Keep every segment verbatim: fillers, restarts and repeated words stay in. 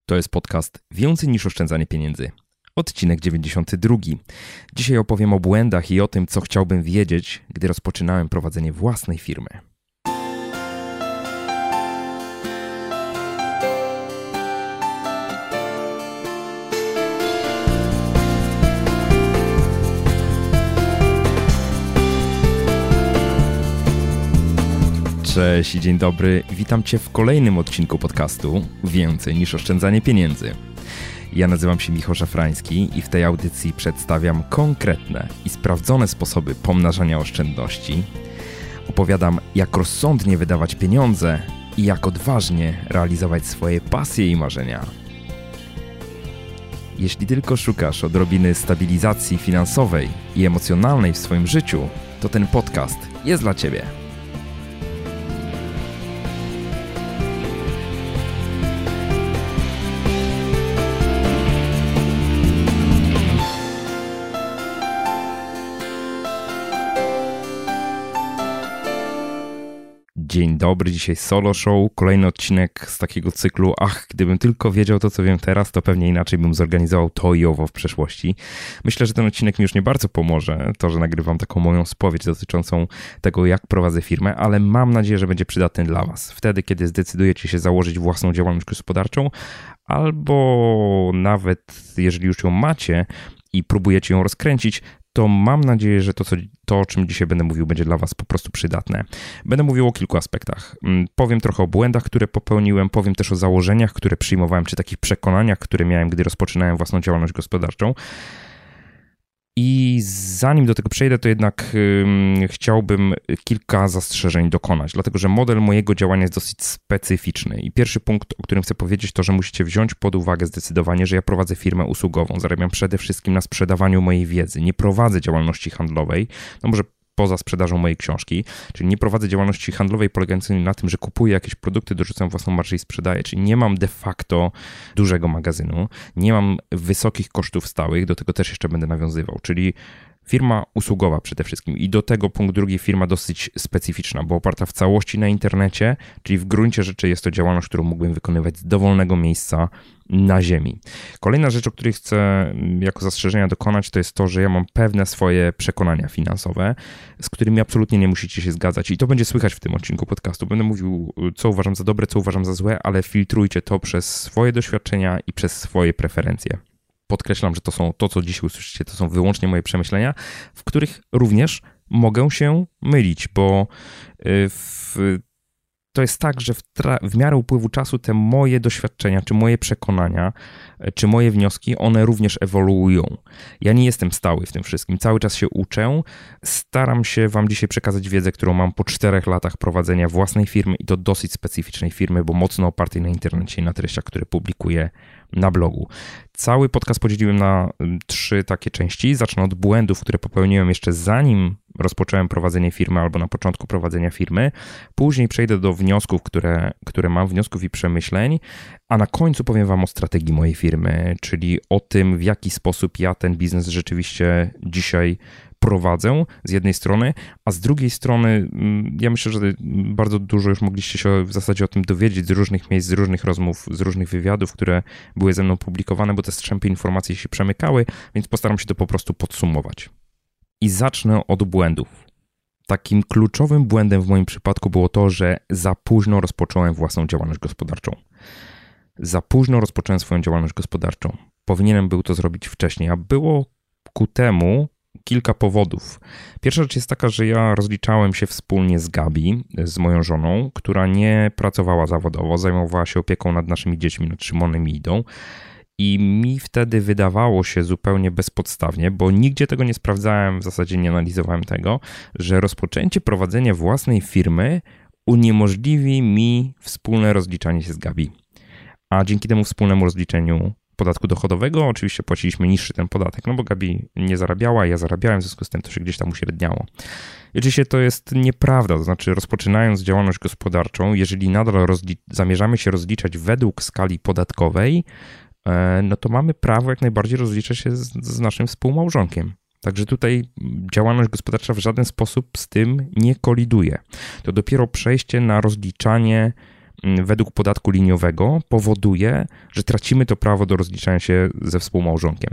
To jest podcast Więcej niż oszczędzanie pieniędzy. Odcinek dziewięćdziesiąty drugi. Dzisiaj opowiem o błędach i o tym, co chciałbym wiedzieć, gdy rozpoczynałem prowadzenie własnej firmy. Cześć i dzień dobry. Witam Cię w kolejnym odcinku podcastu Więcej niż oszczędzanie pieniędzy. Ja nazywam się Michał Szafrański i w tej audycji przedstawiam konkretne i sprawdzone sposoby pomnażania oszczędności. Opowiadam, jak rozsądnie wydawać pieniądze i jak odważnie realizować swoje pasje i marzenia. Jeśli tylko szukasz odrobiny stabilizacji finansowej i emocjonalnej w swoim życiu, to ten podcast jest dla Ciebie. Dzień dobry, dzisiaj solo show, kolejny odcinek z takiego cyklu. Ach, gdybym tylko wiedział to, co wiem teraz, to pewnie inaczej bym zorganizował to i owo w przeszłości. Myślę, że ten odcinek mi już nie bardzo pomoże, to, że nagrywam taką moją spowiedź dotyczącą tego, jak prowadzę firmę, ale mam nadzieję, że będzie przydatny dla Was. Wtedy, kiedy zdecydujecie się założyć własną działalność gospodarczą, albo nawet jeżeli już ją macie i próbujecie ją rozkręcić, to mam nadzieję, że to, co, to, o czym dzisiaj będę mówił, będzie dla Was po prostu przydatne. Będę mówił o kilku aspektach. Powiem trochę o błędach, które popełniłem, powiem też o założeniach, które przyjmowałem, czy takich przekonaniach, które miałem, gdy rozpoczynałem własną działalność gospodarczą. I zanim do tego przejdę, to jednak yy, chciałbym kilka zastrzeżeń dokonać, dlatego że model mojego działania jest dosyć specyficzny. I pierwszy punkt, o którym chcę powiedzieć, to, że musicie wziąć pod uwagę zdecydowanie, że ja prowadzę firmę usługową, zarabiam przede wszystkim na sprzedawaniu mojej wiedzy, nie prowadzę działalności handlowej, no może poza sprzedażą mojej książki, czyli nie prowadzę działalności handlowej polegającej na tym, że kupuję jakieś produkty, dorzucam własną marżę i sprzedaję, czyli nie mam de facto dużego magazynu, nie mam wysokich kosztów stałych, do tego też jeszcze będę nawiązywał, czyli firma usługowa przede wszystkim i do tego punkt drugi, firma dosyć specyficzna, bo oparta w całości na internecie, czyli w gruncie rzeczy jest to działalność, którą mógłbym wykonywać z dowolnego miejsca na ziemi. Kolejna rzecz, o której chcę jako zastrzeżenia dokonać, to jest to, że ja mam pewne swoje przekonania finansowe, z którymi absolutnie nie musicie się zgadzać i to będzie słychać w tym odcinku podcastu. Będę mówił, co uważam za dobre, co uważam za złe, ale filtrujcie to przez swoje doświadczenia i przez swoje preferencje. Podkreślam, że to są to, co dzisiaj usłyszycie, to są wyłącznie moje przemyślenia, w których również mogę się mylić, bo w, to jest tak, że w, tra- w miarę upływu czasu te moje doświadczenia, czy moje przekonania, czy moje wnioski, one również ewoluują. Ja nie jestem stały w tym wszystkim, cały czas się uczę, staram się Wam dzisiaj przekazać wiedzę, którą mam po czterech latach prowadzenia własnej firmy i to dosyć specyficznej firmy, bo mocno opartej na internecie i na treściach, które publikuję na blogu. Cały podcast podzieliłem na trzy takie części. Zacznę od błędów, które popełniłem jeszcze zanim rozpocząłem prowadzenie firmy albo na początku prowadzenia firmy. Później przejdę do wniosków, które, które mam, wniosków i przemyśleń, a na końcu powiem Wam o strategii mojej firmy, czyli o tym, w jaki sposób ja ten biznes rzeczywiście dzisiaj prowadzę z jednej strony, a z drugiej strony ja myślę, że bardzo dużo już mogliście się w zasadzie o tym dowiedzieć z różnych miejsc, z różnych rozmów, z różnych wywiadów, które były ze mną publikowane, bo te strzępy informacji się przemykały, więc postaram się to po prostu podsumować. I zacznę od błędów. Takim kluczowym błędem w moim przypadku było to, że za późno rozpocząłem własną działalność gospodarczą. Za późno rozpocząłem swoją działalność gospodarczą. Powinienem był to zrobić wcześniej, a było ku temu kilka powodów. Pierwsza rzecz jest taka, że ja rozliczałem się wspólnie z Gabi, z moją żoną, która nie pracowała zawodowo, zajmowała się opieką nad naszymi dziećmi, nad Szymonem i Idą. I mi wtedy wydawało się zupełnie bezpodstawnie, bo nigdzie tego nie sprawdzałem, w zasadzie nie analizowałem tego, że rozpoczęcie prowadzenia własnej firmy uniemożliwi mi wspólne rozliczanie się z Gabi. A dzięki temu wspólnemu rozliczeniu podatku dochodowego oczywiście płaciliśmy niższy ten podatek, no bo Gabi nie zarabiała, ja zarabiałem, w związku z tym to się gdzieś tam uśredniało. I oczywiście to jest nieprawda, to znaczy rozpoczynając działalność gospodarczą, jeżeli nadal rozli- zamierzamy się rozliczać według skali podatkowej, no to mamy prawo jak najbardziej rozliczać się z, z naszym współmałżonkiem. Także tutaj działalność gospodarcza w żaden sposób z tym nie koliduje. To dopiero przejście na rozliczanie według podatku liniowego powoduje, że tracimy to prawo do rozliczania się ze współmałżonkiem.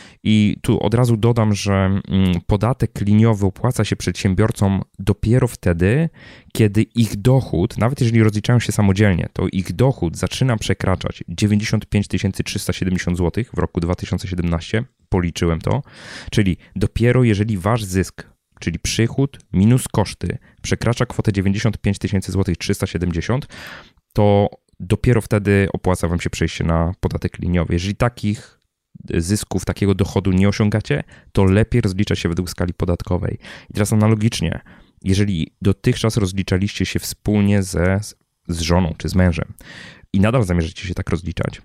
I tu od razu dodam, że podatek liniowy opłaca się przedsiębiorcom dopiero wtedy, kiedy ich dochód, nawet jeżeli rozliczają się samodzielnie, to ich dochód zaczyna przekraczać dziewięćdziesiąt pięć tysięcy trzysta siedemdziesiąt złotych w roku dwa tysiące siedemnastym, policzyłem to, czyli dopiero jeżeli wasz zysk, czyli przychód minus koszty, przekracza kwotę dziewięćdziesiąt pięć tysięcy złotych trzysta siedemdziesiąt, to dopiero wtedy opłaca wam się przejście na podatek liniowy. Jeżeli takich zysków, takiego dochodu nie osiągacie, to lepiej rozlicza się według skali podatkowej. I teraz analogicznie, jeżeli dotychczas rozliczaliście się wspólnie ze, z żoną czy z mężem i nadal zamierzacie się tak rozliczać,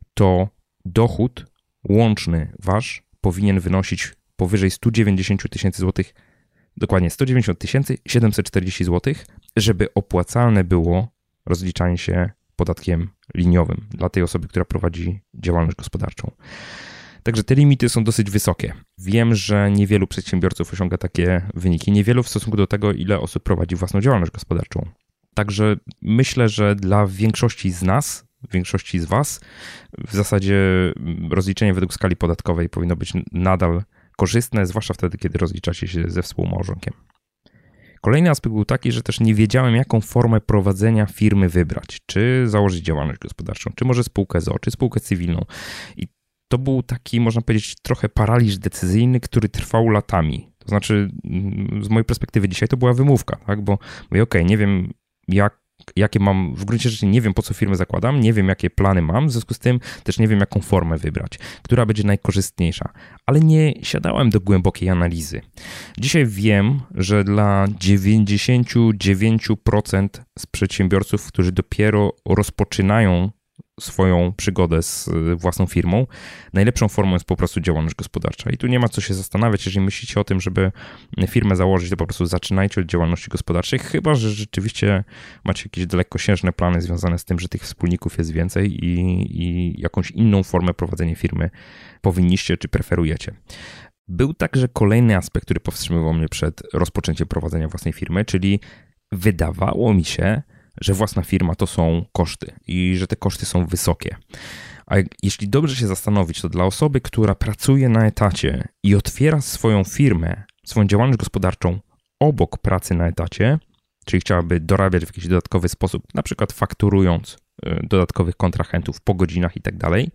to dochód łączny wasz powinien wynosić powyżej sto dziewięćdziesiąt tysięcy złotych, dokładnie sto dziewięćdziesiąt tysięcy siedemset czterdzieści złotych, żeby opłacalne było rozliczanie się podatkiem liniowym dla tej osoby, która prowadzi działalność gospodarczą. Także te limity są dosyć wysokie. Wiem, że niewielu przedsiębiorców osiąga takie wyniki, niewielu w stosunku do tego, ile osób prowadzi własną działalność gospodarczą. Także myślę, że dla większości z nas, większości z was, w zasadzie rozliczenie według skali podatkowej powinno być nadal korzystne, zwłaszcza wtedy, kiedy rozliczacie się ze współmałżonkiem. Kolejny aspekt był taki, że też nie wiedziałem, jaką formę prowadzenia firmy wybrać. Czy założyć działalność gospodarczą, czy może spółkę z o o, czy spółkę cywilną. I to był taki, można powiedzieć, trochę paraliż decyzyjny, który trwał latami. To znaczy, z mojej perspektywy dzisiaj to była wymówka, tak? Bo mówię, okej, okay, nie wiem jak, jakie mam, w gruncie rzeczy nie wiem, po co firmę zakładam, nie wiem, jakie plany mam, w związku z tym też nie wiem, jaką formę wybrać, która będzie najkorzystniejsza, ale nie siadałem do głębokiej analizy. Dzisiaj wiem, że dla dziewięćdziesiąt dziewięć procent z przedsiębiorców, którzy dopiero rozpoczynają swoją przygodę z własną firmą, najlepszą formą jest po prostu działalność gospodarcza. I tu nie ma co się zastanawiać, jeżeli myślicie o tym, żeby firmę założyć, to po prostu zaczynajcie od działalności gospodarczej, chyba że rzeczywiście macie jakieś dalekosiężne plany związane z tym, że tych wspólników jest więcej i, i jakąś inną formę prowadzenia firmy powinniście czy preferujecie. Był także kolejny aspekt, który powstrzymywał mnie przed rozpoczęciem prowadzenia własnej firmy, czyli wydawało mi się, że własna firma to są koszty i że te koszty są wysokie. A jeśli dobrze się zastanowić, to dla osoby, która pracuje na etacie i otwiera swoją firmę, swoją działalność gospodarczą obok pracy na etacie, czyli chciałaby dorabiać w jakiś dodatkowy sposób, na przykład fakturując dodatkowych kontrahentów po godzinach i tak dalej,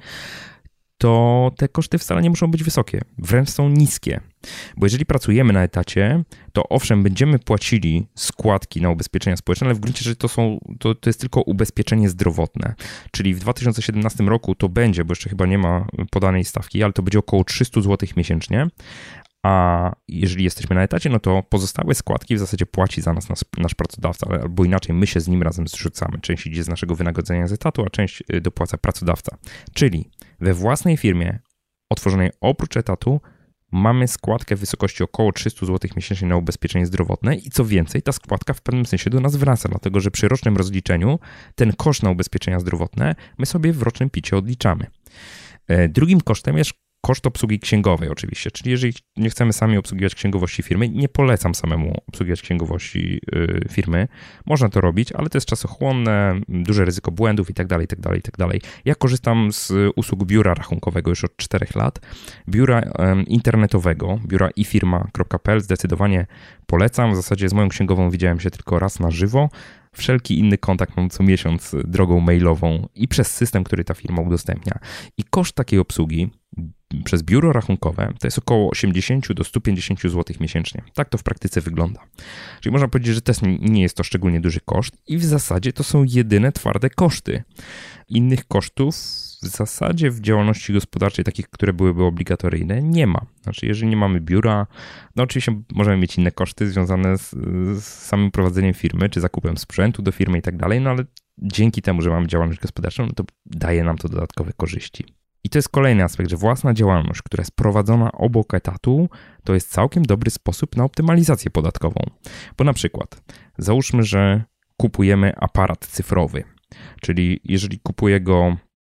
to te koszty wcale nie muszą być wysokie, wręcz są niskie. Bo jeżeli pracujemy na etacie, to owszem, będziemy płacili składki na ubezpieczenia społeczne, ale w gruncie rzeczy to, są, to, to jest tylko ubezpieczenie zdrowotne. Czyli w dwa tysiące siedemnastym roku to będzie, bo jeszcze chyba nie ma podanej stawki, ale to będzie około trzysta złotych miesięcznie. A jeżeli jesteśmy na etacie, no to pozostałe składki w zasadzie płaci za nas nasz, nasz pracodawca, albo inaczej my się z nim razem zrzucamy. Część idzie z naszego wynagrodzenia z etatu, a część dopłaca pracodawca. Czyli we własnej firmie otworzonej oprócz etatu mamy składkę w wysokości około trzysta złotych miesięcznie na ubezpieczenie zdrowotne i co więcej, ta składka w pewnym sensie do nas wraca, dlatego że przy rocznym rozliczeniu ten koszt na ubezpieczenia zdrowotne my sobie w rocznym picie odliczamy. Drugim kosztem jest koszt obsługi księgowej oczywiście, czyli jeżeli nie chcemy sami obsługiwać księgowości firmy, nie polecam samemu obsługiwać księgowości firmy. Można to robić, ale to jest czasochłonne, duże ryzyko błędów i tak dalej, i tak dalej, i tak dalej. Ja korzystam z usług biura rachunkowego już od czterech lat. Biura internetowego, biura i firma kropka p l zdecydowanie polecam. W zasadzie z moją księgową widziałem się tylko raz na żywo. Wszelki inny kontakt mam co miesiąc drogą mailową i przez system, który ta firma udostępnia. I koszt takiej obsługi przez biuro rachunkowe to jest około osiemdziesiąt do stu pięćdziesięciu złotych miesięcznie. Tak to w praktyce wygląda. Czyli można powiedzieć, że też nie jest to szczególnie duży koszt i w zasadzie to są jedyne twarde koszty. Innych kosztów w zasadzie w działalności gospodarczej, takich, które byłyby obligatoryjne, nie ma. Znaczy, jeżeli nie mamy biura, no oczywiście możemy mieć inne koszty związane z, z samym prowadzeniem firmy, czy zakupem sprzętu do firmy i tak dalej, no ale dzięki temu, że mamy działalność gospodarczą, no to daje nam to dodatkowe korzyści. I to jest kolejny aspekt, że własna działalność, która jest prowadzona obok etatu, to jest całkiem dobry sposób na optymalizację podatkową. Bo na przykład załóżmy, że kupujemy aparat cyfrowy, czyli jeżeli kupuję go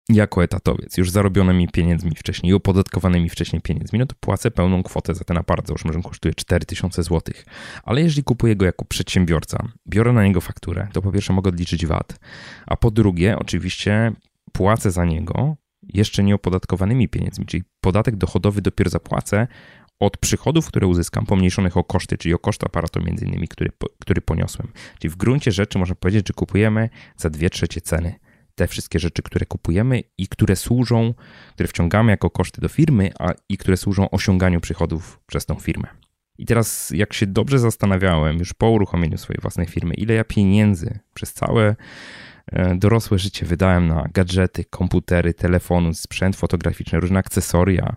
jako etatowiec, już zarobionymi pieniędzmi wcześniej i opodatkowanymi wcześniej pieniędzmi, no to płacę pełną kwotę za ten aparat. Załóżmy, że on kosztuje cztery tysiące złotych. Ale jeżeli kupuję go jako przedsiębiorca, biorę na niego fakturę, to po pierwsze mogę odliczyć V A T, a po drugie oczywiście płacę za niego jeszcze nieopodatkowanymi pieniędzmi, czyli podatek dochodowy dopiero zapłacę od przychodów, które uzyskam, pomniejszonych o koszty, czyli o koszt aparatu między innymi, który, który poniosłem. Czyli w gruncie rzeczy można powiedzieć, że kupujemy za dwie trzecie ceny te wszystkie rzeczy, które kupujemy i które służą, które wciągamy jako koszty do firmy, a i które służą osiąganiu przychodów przez tą firmę. I teraz jak się dobrze zastanawiałem już po uruchomieniu swojej własnej firmy, ile ja pieniędzy przez całe dorosłe życie wydałem na gadżety, komputery, telefony, sprzęt fotograficzny, różne akcesoria,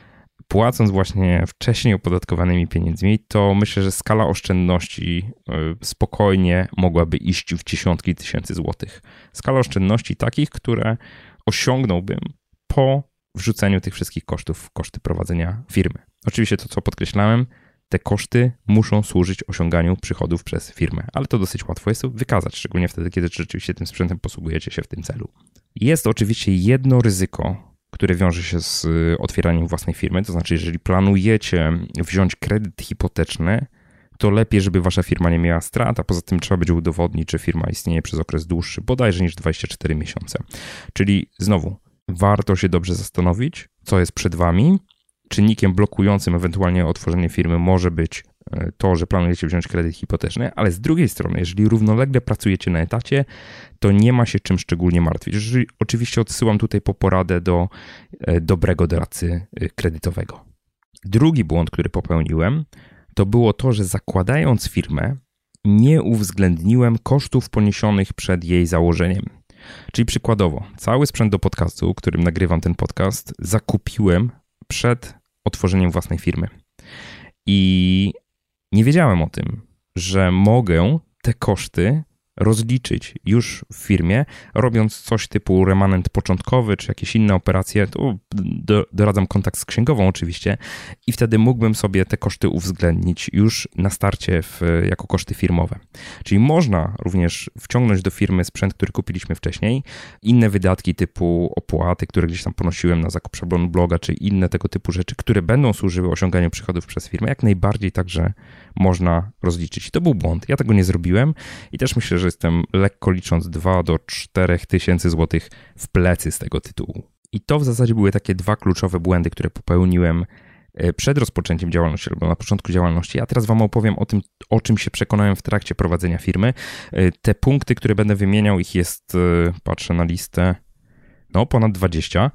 płacąc właśnie wcześniej opodatkowanymi pieniędzmi, to myślę, że skala oszczędności spokojnie mogłaby iść w dziesiątki tysięcy złotych. Skala oszczędności takich, które osiągnąłbym po wrzuceniu tych wszystkich kosztów w koszty prowadzenia firmy. Oczywiście to, co podkreślałem, te koszty muszą służyć osiąganiu przychodów przez firmę, ale to dosyć łatwo jest wykazać, szczególnie wtedy, kiedy rzeczywiście tym sprzętem posługujecie się w tym celu. Jest oczywiście jedno ryzyko, które wiąże się z otwieraniem własnej firmy, to znaczy jeżeli planujecie wziąć kredyt hipoteczny, to lepiej, żeby wasza firma nie miała strat, a poza tym trzeba będzie udowodnić, że firma istnieje przez okres dłuższy, bodajże niż dwadzieścia cztery miesiące. Czyli znowu, warto się dobrze zastanowić, co jest przed wami. Czynnikiem blokującym ewentualnie otworzenie firmy może być to, że planujecie wziąć kredyt hipoteczny, ale z drugiej strony, jeżeli równolegle pracujecie na etacie, to nie ma się czym szczególnie martwić. Oczywiście odsyłam tutaj po poradę do dobrego doradcy kredytowego. Drugi błąd, który popełniłem, to było to, że zakładając firmę, nie uwzględniłem kosztów poniesionych przed jej założeniem. Czyli przykładowo, cały sprzęt do podcastu, którym nagrywam ten podcast, zakupiłem przed otworzeniem własnej firmy. I nie wiedziałem o tym, że mogę te koszty rozliczyć już w firmie, robiąc coś typu remanent początkowy, czy jakieś inne operacje, to do, doradzam kontakt z księgową oczywiście i wtedy mógłbym sobie te koszty uwzględnić już na starcie w, jako koszty firmowe. Czyli można również wciągnąć do firmy sprzęt, który kupiliśmy wcześniej, inne wydatki typu opłaty, które gdzieś tam ponosiłem na zakup szablonu bloga, czy inne tego typu rzeczy, które będą służyły osiąganiu przychodów przez firmę, jak najbardziej także można rozliczyć. I to był błąd. Ja tego nie zrobiłem i też myślę, że jestem lekko licząc dwa do czterech tysięcy złotych w plecy z tego tytułu. I to w zasadzie były takie dwa kluczowe błędy, które popełniłem przed rozpoczęciem działalności albo na początku działalności. A teraz wam opowiem o tym, o czym się przekonałem w trakcie prowadzenia firmy. Te punkty, które będę wymieniał, ich jest, patrzę na listę, no ponad dwadzieścia,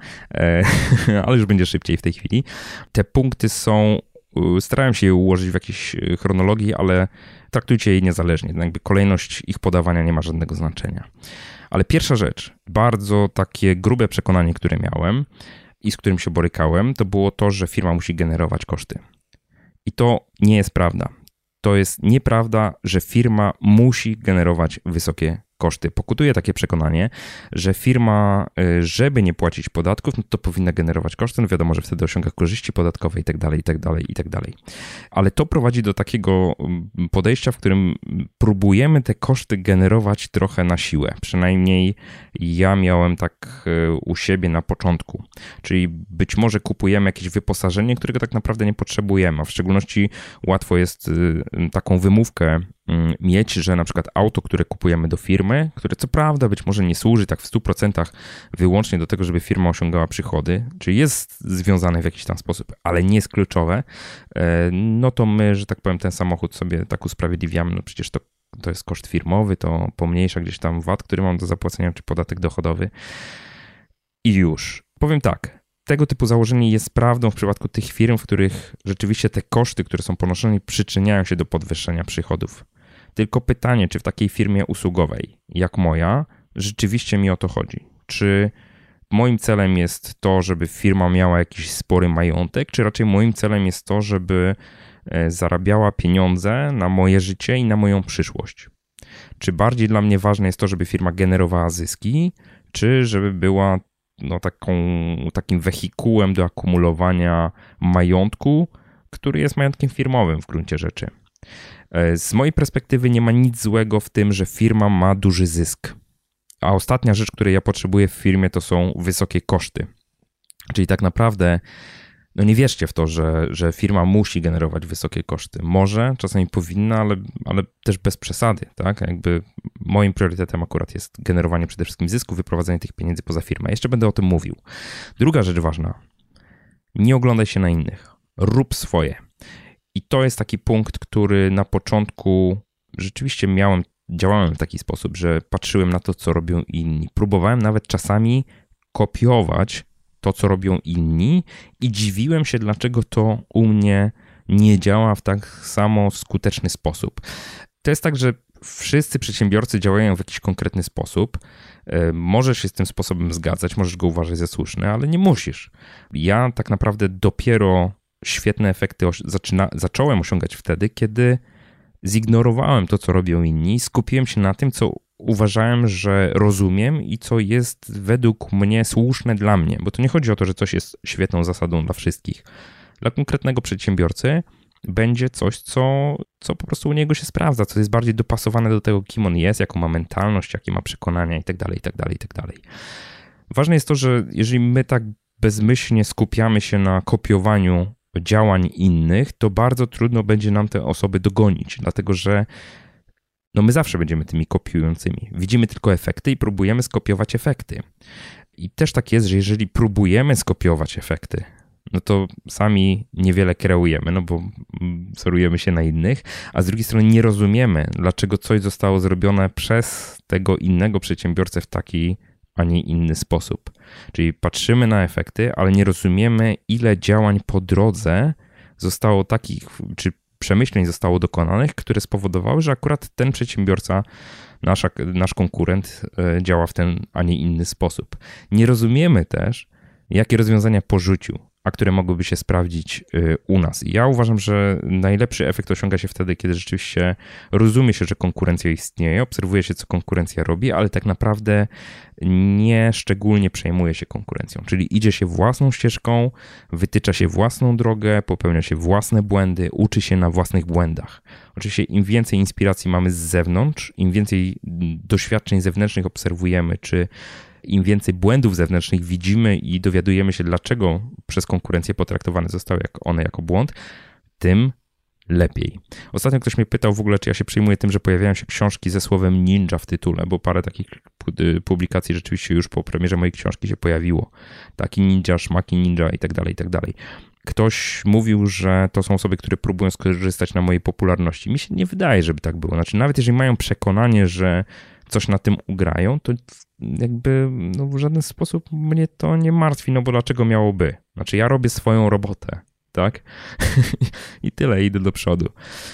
ale już będzie szybciej w tej chwili. Te punkty są, starałem się je ułożyć w jakiejś chronologii, ale traktujcie je niezależnie. Jakby kolejność ich podawania nie ma żadnego znaczenia. Ale pierwsza rzecz, bardzo takie grube przekonanie, które miałem i z którym się borykałem, to było to, że firma musi generować koszty. I to nie jest prawda. To jest nieprawda, że firma musi generować wysokie koszty. Pokutuje takie przekonanie, że firma, żeby nie płacić podatków, no to powinna generować koszty. No wiadomo, że wtedy osiąga korzyści podatkowe i tak dalej, i tak dalej, i tak dalej. Ale to prowadzi do takiego podejścia, w którym próbujemy te koszty generować trochę na siłę. Przynajmniej ja miałem tak u siebie na początku. Czyli być może kupujemy jakieś wyposażenie, którego tak naprawdę nie potrzebujemy, a w szczególności łatwo jest taką wymówkę mieć, że na przykład auto, które kupujemy do firmy, które co prawda być może nie służy tak w stu procentach wyłącznie do tego, żeby firma osiągała przychody, czyli jest związane w jakiś tam sposób, ale nie jest kluczowe, no to my, że tak powiem, ten samochód sobie tak usprawiedliwiamy, no przecież to, to jest koszt firmowy, to pomniejsza gdzieś tam V A T, który mam do zapłacenia, czy podatek dochodowy i już. Powiem tak, tego typu założenie jest prawdą w przypadku tych firm, w których rzeczywiście te koszty, które są ponoszone, przyczyniają się do podwyższenia przychodów. Tylko pytanie, czy w takiej firmie usługowej jak moja rzeczywiście mi o to chodzi? Czy moim celem jest to, żeby firma miała jakiś spory majątek, czy raczej moim celem jest to, żeby zarabiała pieniądze na moje życie i na moją przyszłość? Czy bardziej dla mnie ważne jest to, żeby firma generowała zyski, czy żeby była no, taką, takim wehikułem do akumulowania majątku, który jest majątkiem firmowym w gruncie rzeczy? Z mojej perspektywy nie ma nic złego w tym, że firma ma duży zysk. A ostatnia rzecz, której ja potrzebuję w firmie, to są wysokie koszty. Czyli tak naprawdę no nie wierzcie w to, że, że firma musi generować wysokie koszty. Może, czasami powinna, ale, ale też bez przesady, tak? Jakby moim priorytetem akurat jest generowanie przede wszystkim zysku, wyprowadzenie tych pieniędzy poza firmę. Jeszcze będę o tym mówił. Druga rzecz ważna. Nie oglądaj się na innych. Rób swoje. I to jest taki punkt, który na początku rzeczywiście miałem, działałem w taki sposób, że patrzyłem na to, co robią inni. Próbowałem nawet czasami kopiować to, co robią inni i dziwiłem się, dlaczego to u mnie nie działa w tak samo skuteczny sposób. To jest tak, że wszyscy przedsiębiorcy działają w jakiś konkretny sposób. Możesz się z tym sposobem zgadzać, możesz go uważać za słuszny, ale nie musisz. Ja tak naprawdę dopiero świetne efekty zaczyna, zacząłem osiągać wtedy, kiedy zignorowałem to, co robią inni, skupiłem się na tym, co uważałem, że rozumiem i co jest według mnie słuszne dla mnie, bo to nie chodzi o to, że coś jest świetną zasadą dla wszystkich. Dla konkretnego przedsiębiorcy będzie coś, co, co po prostu u niego się sprawdza, co jest bardziej dopasowane do tego, kim on jest, jaką ma mentalność, jakie ma przekonania itd., itd., itd. Ważne jest to, że jeżeli my tak bezmyślnie skupiamy się na kopiowaniu działań innych, to bardzo trudno będzie nam te osoby dogonić, dlatego że no my zawsze będziemy tymi kopiującymi. Widzimy tylko efekty i próbujemy skopiować efekty. I też tak jest, że jeżeli próbujemy skopiować efekty, no to sami niewiele kreujemy, no bo wzorujemy się na innych, a z drugiej strony nie rozumiemy, dlaczego coś zostało zrobione przez tego innego przedsiębiorcę w taki, a nie inny sposób. Czyli patrzymy na efekty, ale nie rozumiemy, ile działań po drodze zostało takich, czy przemyśleń zostało dokonanych, które spowodowały, że akurat ten przedsiębiorca, nasz, nasz konkurent działa w ten, a nie inny sposób. Nie rozumiemy też, jakie rozwiązania porzucił, a które mogłyby się sprawdzić u nas. I ja uważam, że najlepszy efekt osiąga się wtedy, kiedy rzeczywiście rozumie się, że konkurencja istnieje, obserwuje się, co konkurencja robi, ale tak naprawdę nie szczególnie przejmuje się konkurencją. Czyli idzie się własną ścieżką, wytycza się własną drogę, popełnia się własne błędy, uczy się na własnych błędach. Oczywiście im więcej inspiracji mamy z zewnątrz, im więcej doświadczeń zewnętrznych obserwujemy, czy im więcej błędów zewnętrznych widzimy i dowiadujemy się, dlaczego przez konkurencję potraktowane zostały one jako błąd, tym lepiej. Ostatnio ktoś mnie pytał w ogóle, czy ja się przejmuję tym, że pojawiają się książki ze słowem ninja w tytule, bo parę takich publikacji rzeczywiście już po premierze mojej książki się pojawiło. Taki ninja, szmaki ninja i tak dalej, i tak dalej. Ktoś mówił, że to są osoby, które próbują skorzystać na mojej popularności. Mi się nie wydaje, żeby tak było. Znaczy, nawet jeżeli mają przekonanie, że coś na tym ugrają, to jakby no, w żaden sposób mnie to nie martwi, no bo dlaczego miałoby? Znaczy, ja robię swoją robotę, tak? I tyle, idę do przodu.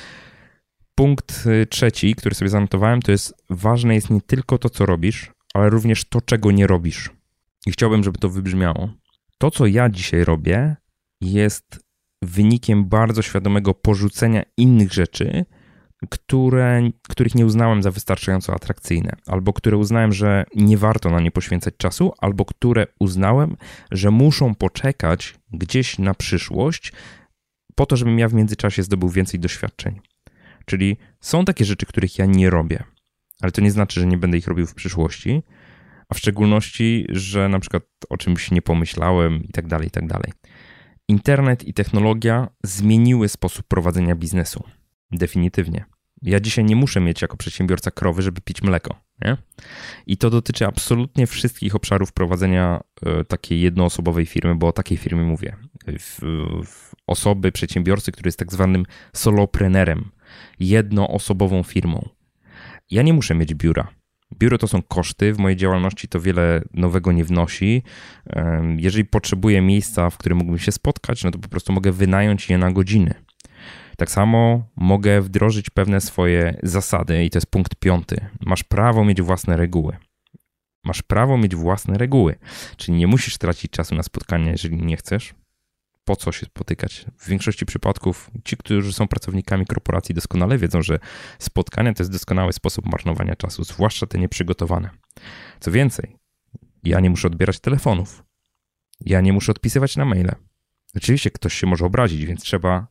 Punkt trzeci, który sobie zanotowałem, to jest ważne jest nie tylko to, co robisz, ale również to, czego nie robisz. I chciałbym, żeby to wybrzmiało. To, co ja dzisiaj robię, jest wynikiem bardzo świadomego porzucenia innych rzeczy, które, których nie uznałem za wystarczająco atrakcyjne, albo które uznałem, że nie warto na nie poświęcać czasu, albo które uznałem, że muszą poczekać gdzieś na przyszłość po to, żebym ja w międzyczasie zdobył więcej doświadczeń. Czyli są takie rzeczy, których ja nie robię, ale to nie znaczy, że nie będę ich robił w przyszłości, a w szczególności, że na przykład o czymś nie pomyślałem i tak dalej, i tak dalej. Internet i technologia zmieniły sposób prowadzenia biznesu. Definitywnie. Ja dzisiaj nie muszę mieć jako przedsiębiorca krowy, żeby pić mleko, nie? I to dotyczy absolutnie wszystkich obszarów prowadzenia y, takiej jednoosobowej firmy, bo o takiej firmie mówię. W, w osoby, przedsiębiorcy, który jest tak zwanym soloprenerem, jednoosobową firmą. Ja nie muszę mieć biura. Biuro to są koszty, w mojej działalności to wiele nowego nie wnosi. Jeżeli potrzebuję miejsca, w którym mógłbym się spotkać, no to po prostu mogę wynająć je na godziny. Tak samo mogę wdrożyć pewne swoje zasady i to jest punkt piąty. Masz prawo mieć własne reguły. Masz prawo mieć własne reguły, czyli nie musisz tracić czasu na spotkania, jeżeli nie chcesz. Po co się spotykać? W większości przypadków ci, którzy są pracownikami korporacji, doskonale wiedzą, że spotkania to jest doskonały sposób marnowania czasu, zwłaszcza te nieprzygotowane. Co więcej, ja nie muszę odbierać telefonów. Ja nie muszę odpisywać na maile. Oczywiście ktoś się może obrazić, więc trzeba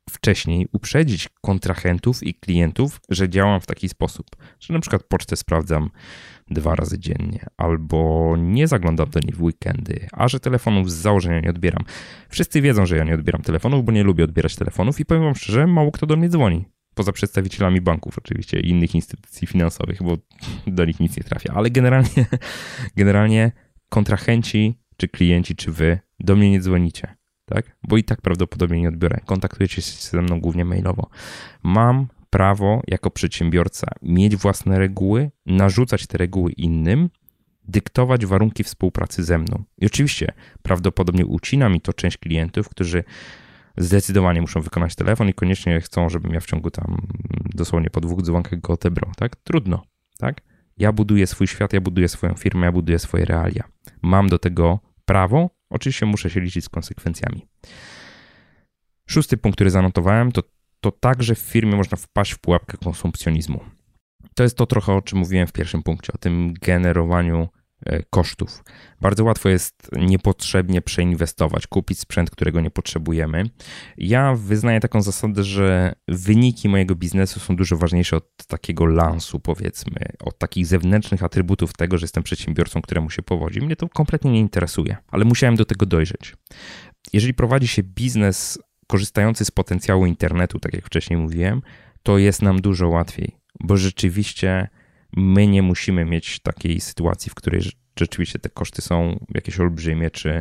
wcześniej uprzedzić kontrahentów i klientów, że działam w taki sposób, że na przykład pocztę sprawdzam dwa razy dziennie, albo nie zaglądam do niej w weekendy, a że telefonów z założenia nie odbieram. Wszyscy wiedzą, że ja nie odbieram telefonów, bo nie lubię odbierać telefonów i powiem wam szczerze, mało kto do mnie dzwoni. Poza przedstawicielami banków oczywiście i innych instytucji finansowych, bo do nich nic nie trafia. Ale generalnie, generalnie kontrahenci, czy klienci, czy wy do mnie nie dzwonicie, tak? Bo i tak prawdopodobnie nie odbiorę. Kontaktujecie się ze mną głównie mailowo. Mam prawo jako przedsiębiorca mieć własne reguły, narzucać te reguły innym, dyktować warunki współpracy ze mną. I oczywiście prawdopodobnie ucina mi to część klientów, którzy zdecydowanie muszą wykonać telefon i koniecznie chcą, żebym ja w ciągu tam dosłownie po dwóch dzwonkach go odebrał, tak? Trudno, tak? Ja buduję swój świat, ja buduję swoją firmę, ja buduję swoje realia. Mam do tego prawo, oczywiście muszę się liczyć z konsekwencjami. Szósty punkt, który zanotowałem, to, to także w firmie można wpaść w pułapkę konsumpcjonizmu. To jest to trochę, o czym mówiłem w pierwszym punkcie, o tym generowaniu kosztów. Bardzo łatwo jest niepotrzebnie przeinwestować, kupić sprzęt, którego nie potrzebujemy. Ja wyznaję taką zasadę, że wyniki mojego biznesu są dużo ważniejsze od takiego lansu, powiedzmy, od takich zewnętrznych atrybutów tego, że jestem przedsiębiorcą, któremu się powodzi. Mnie to kompletnie nie interesuje, ale musiałem do tego dojrzeć. Jeżeli prowadzi się biznes korzystający z potencjału internetu, tak jak wcześniej mówiłem, to jest nam dużo łatwiej, bo rzeczywiście my nie musimy mieć takiej sytuacji, w której rzeczywiście te koszty są jakieś olbrzymie, czy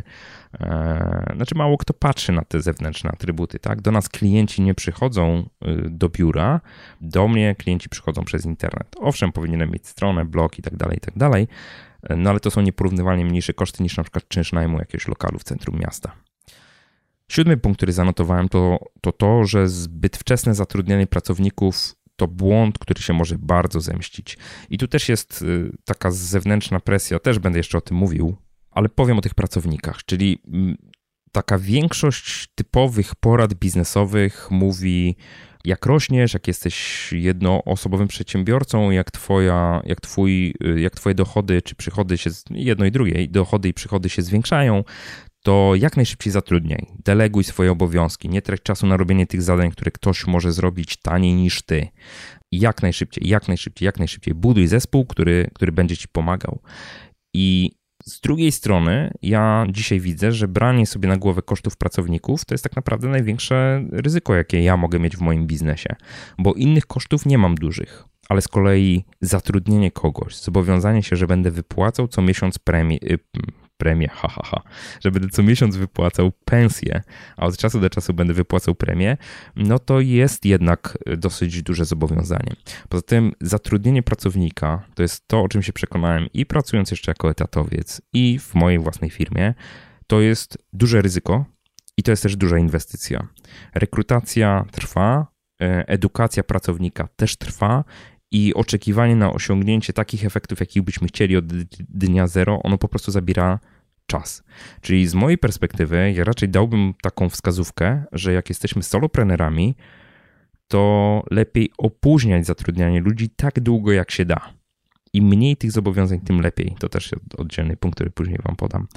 e, znaczy mało kto patrzy na te zewnętrzne atrybuty, tak? Do nas klienci nie przychodzą do biura, do mnie klienci przychodzą przez internet. Owszem, powinienem mieć stronę, blog i tak dalej, i tak dalej, no ale to są nieporównywalnie mniejsze koszty niż na przykład czynsz najmu jakiegoś lokalu w centrum miasta. Siódmy punkt, który zanotowałem, to, to to, że zbyt wczesne zatrudnianie pracowników to błąd, który się może bardzo zemścić. I tu też jest taka zewnętrzna presja, też będę jeszcze o tym mówił, ale powiem o tych pracownikach, czyli taka większość typowych porad biznesowych mówi, jak rośniesz, jak jesteś jednoosobowym przedsiębiorcą, jak twoja, jak twój, jak twoje dochody czy przychody się, jedno i drugie, dochody i przychody się zwiększają, to jak najszybciej zatrudniaj, deleguj swoje obowiązki, nie trać czasu na robienie tych zadań, które ktoś może zrobić taniej niż ty. Jak najszybciej, jak najszybciej, jak najszybciej buduj zespół, który, który będzie ci pomagał. I z drugiej strony ja dzisiaj widzę, że branie sobie na głowę kosztów pracowników to jest tak naprawdę największe ryzyko, jakie ja mogę mieć w moim biznesie, bo innych kosztów nie mam dużych. Ale z kolei zatrudnienie kogoś, zobowiązanie się, że będę wypłacał co miesiąc premię, premię, ha, ha, ha, że będę co miesiąc wypłacał pensję, a od czasu do czasu będę wypłacał premię, no to jest jednak dosyć duże zobowiązanie. Poza tym zatrudnienie pracownika to jest to, o czym się przekonałem i pracując jeszcze jako etatowiec i w mojej własnej firmie, to jest duże ryzyko i to jest też duża inwestycja. Rekrutacja trwa, edukacja pracownika też trwa i oczekiwanie na osiągnięcie takich efektów, jakich byśmy chcieli od dnia zero, ono po prostu zabiera czas. Czyli z mojej perspektywy ja raczej dałbym taką wskazówkę, że jak jesteśmy soloprenerami, to lepiej opóźniać zatrudnianie ludzi tak długo, jak się da. Im mniej tych zobowiązań, tym lepiej. To też oddzielny punkt, który później wam podam.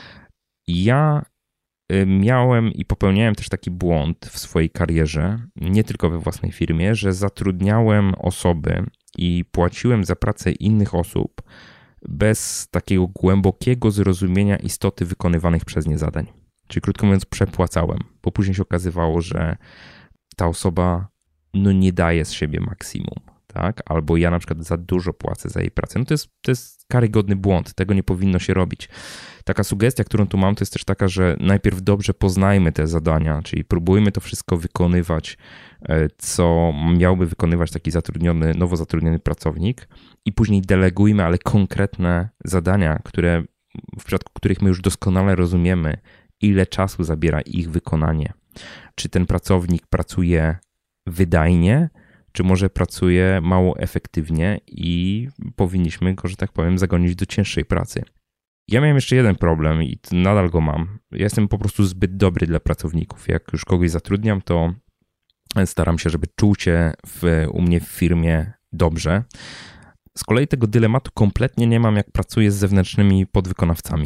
Ja miałem i popełniałem też taki błąd w swojej karierze, nie tylko we własnej firmie, że zatrudniałem osoby i płaciłem za pracę innych osób bez takiego głębokiego zrozumienia istoty wykonywanych przez nie zadań. Czyli krótko mówiąc, przepłacałem, bo później się okazywało, że ta osoba no nie daje z siebie maksimum, tak? Albo ja na przykład za dużo płacę za jej pracę. No to jest, to jest karygodny błąd, tego nie powinno się robić. Taka sugestia, którą tu mam, to jest też taka, że najpierw dobrze poznajmy te zadania, czyli próbujmy to wszystko wykonywać, co miałby wykonywać taki zatrudniony, nowo zatrudniony pracownik i później delegujmy, ale konkretne zadania, które, w przypadku których my już doskonale rozumiemy, ile czasu zabiera ich wykonanie. Czy ten pracownik pracuje wydajnie, czy może pracuje mało efektywnie i powinniśmy go, że tak powiem, zagonić do cięższej pracy. Ja miałem jeszcze jeden problem i nadal go mam. Ja jestem po prostu zbyt dobry dla pracowników. Jak już kogoś zatrudniam, to staram się, żeby czuł się w, u mnie w firmie dobrze. Z kolei tego dylematu kompletnie nie mam, jak pracuję z zewnętrznymi podwykonawcami.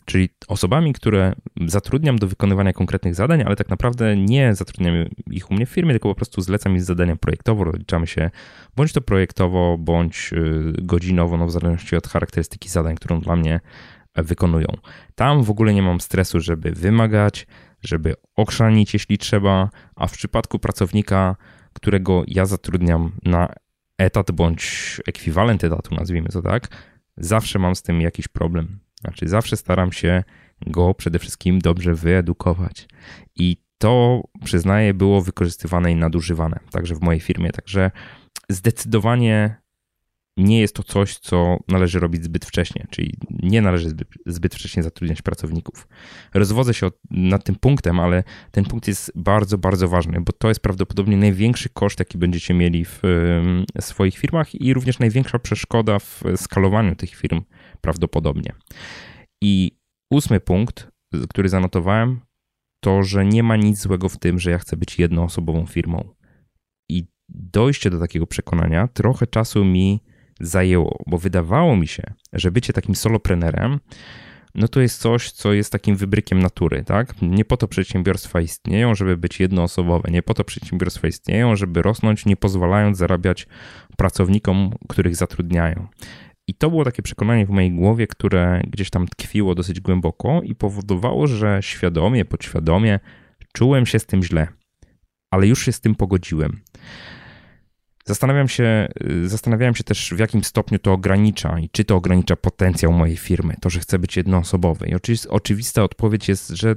czyli osobami, które zatrudniam do wykonywania konkretnych zadań, ale tak naprawdę nie zatrudniam ich u mnie w firmie, tylko po prostu zlecam im zadania projektowo, rozliczamy się bądź to projektowo, bądź godzinowo, no w zależności od charakterystyki zadań, którą dla mnie wykonują. Tam w ogóle nie mam stresu, żeby wymagać, żeby ochrzanić, jeśli trzeba, a w przypadku pracownika, którego ja zatrudniam na etat bądź ekwiwalent etatu, nazwijmy to tak, zawsze mam z tym jakiś problem. Znaczy zawsze staram się go przede wszystkim dobrze wyedukować. I to, przyznaję, było wykorzystywane i nadużywane, także w mojej firmie. Także zdecydowanie nie jest to coś, co należy robić zbyt wcześnie, czyli nie należy zbyt, zbyt wcześnie zatrudniać pracowników. Rozwodzę się od, nad tym punktem, ale ten punkt jest bardzo, bardzo ważny, bo to jest prawdopodobnie największy koszt, jaki będziecie mieli w y, swoich firmach i również największa przeszkoda w skalowaniu tych firm prawdopodobnie. I ósmy punkt, który zanotowałem, to, że nie ma nic złego w tym, że ja chcę być jednoosobową firmą. I dojście do takiego przekonania trochę czasu mi zajęło, bo wydawało mi się, że bycie takim soloprenerem, no to jest coś, co jest takim wybrykiem natury, tak? Nie po to przedsiębiorstwa istnieją, żeby być jednoosobowe, nie po to przedsiębiorstwa istnieją, żeby rosnąć, nie pozwalając zarabiać pracownikom, których zatrudniają. I to było takie przekonanie w mojej głowie, które gdzieś tam tkwiło dosyć głęboko i powodowało, że świadomie, podświadomie czułem się z tym źle, ale już się z tym pogodziłem. Zastanawiam się, zastanawiałem się też, w jakim stopniu to ogranicza i czy to ogranicza potencjał mojej firmy, to, że chcę być jednoosobowy. I oczywi- oczywista odpowiedź jest, że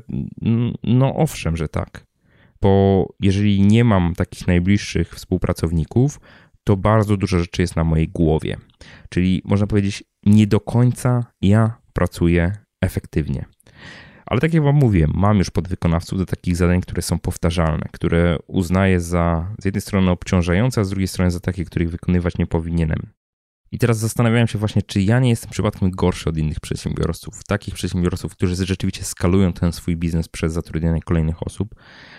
no owszem, że tak. Bo jeżeli nie mam takich najbliższych współpracowników, to bardzo dużo rzeczy jest na mojej głowie. Czyli można powiedzieć, nie do końca ja pracuję efektywnie. Ale tak jak wam mówiłem, mam już podwykonawców do takich zadań, które są powtarzalne, które uznaję za z jednej strony obciążające, a z drugiej strony za takie, których wykonywać nie powinienem. I teraz zastanawiałem się właśnie, czy ja nie jestem przypadkiem gorszy od innych przedsiębiorców, takich przedsiębiorców, którzy rzeczywiście skalują ten swój biznes przez zatrudnianie kolejnych osób.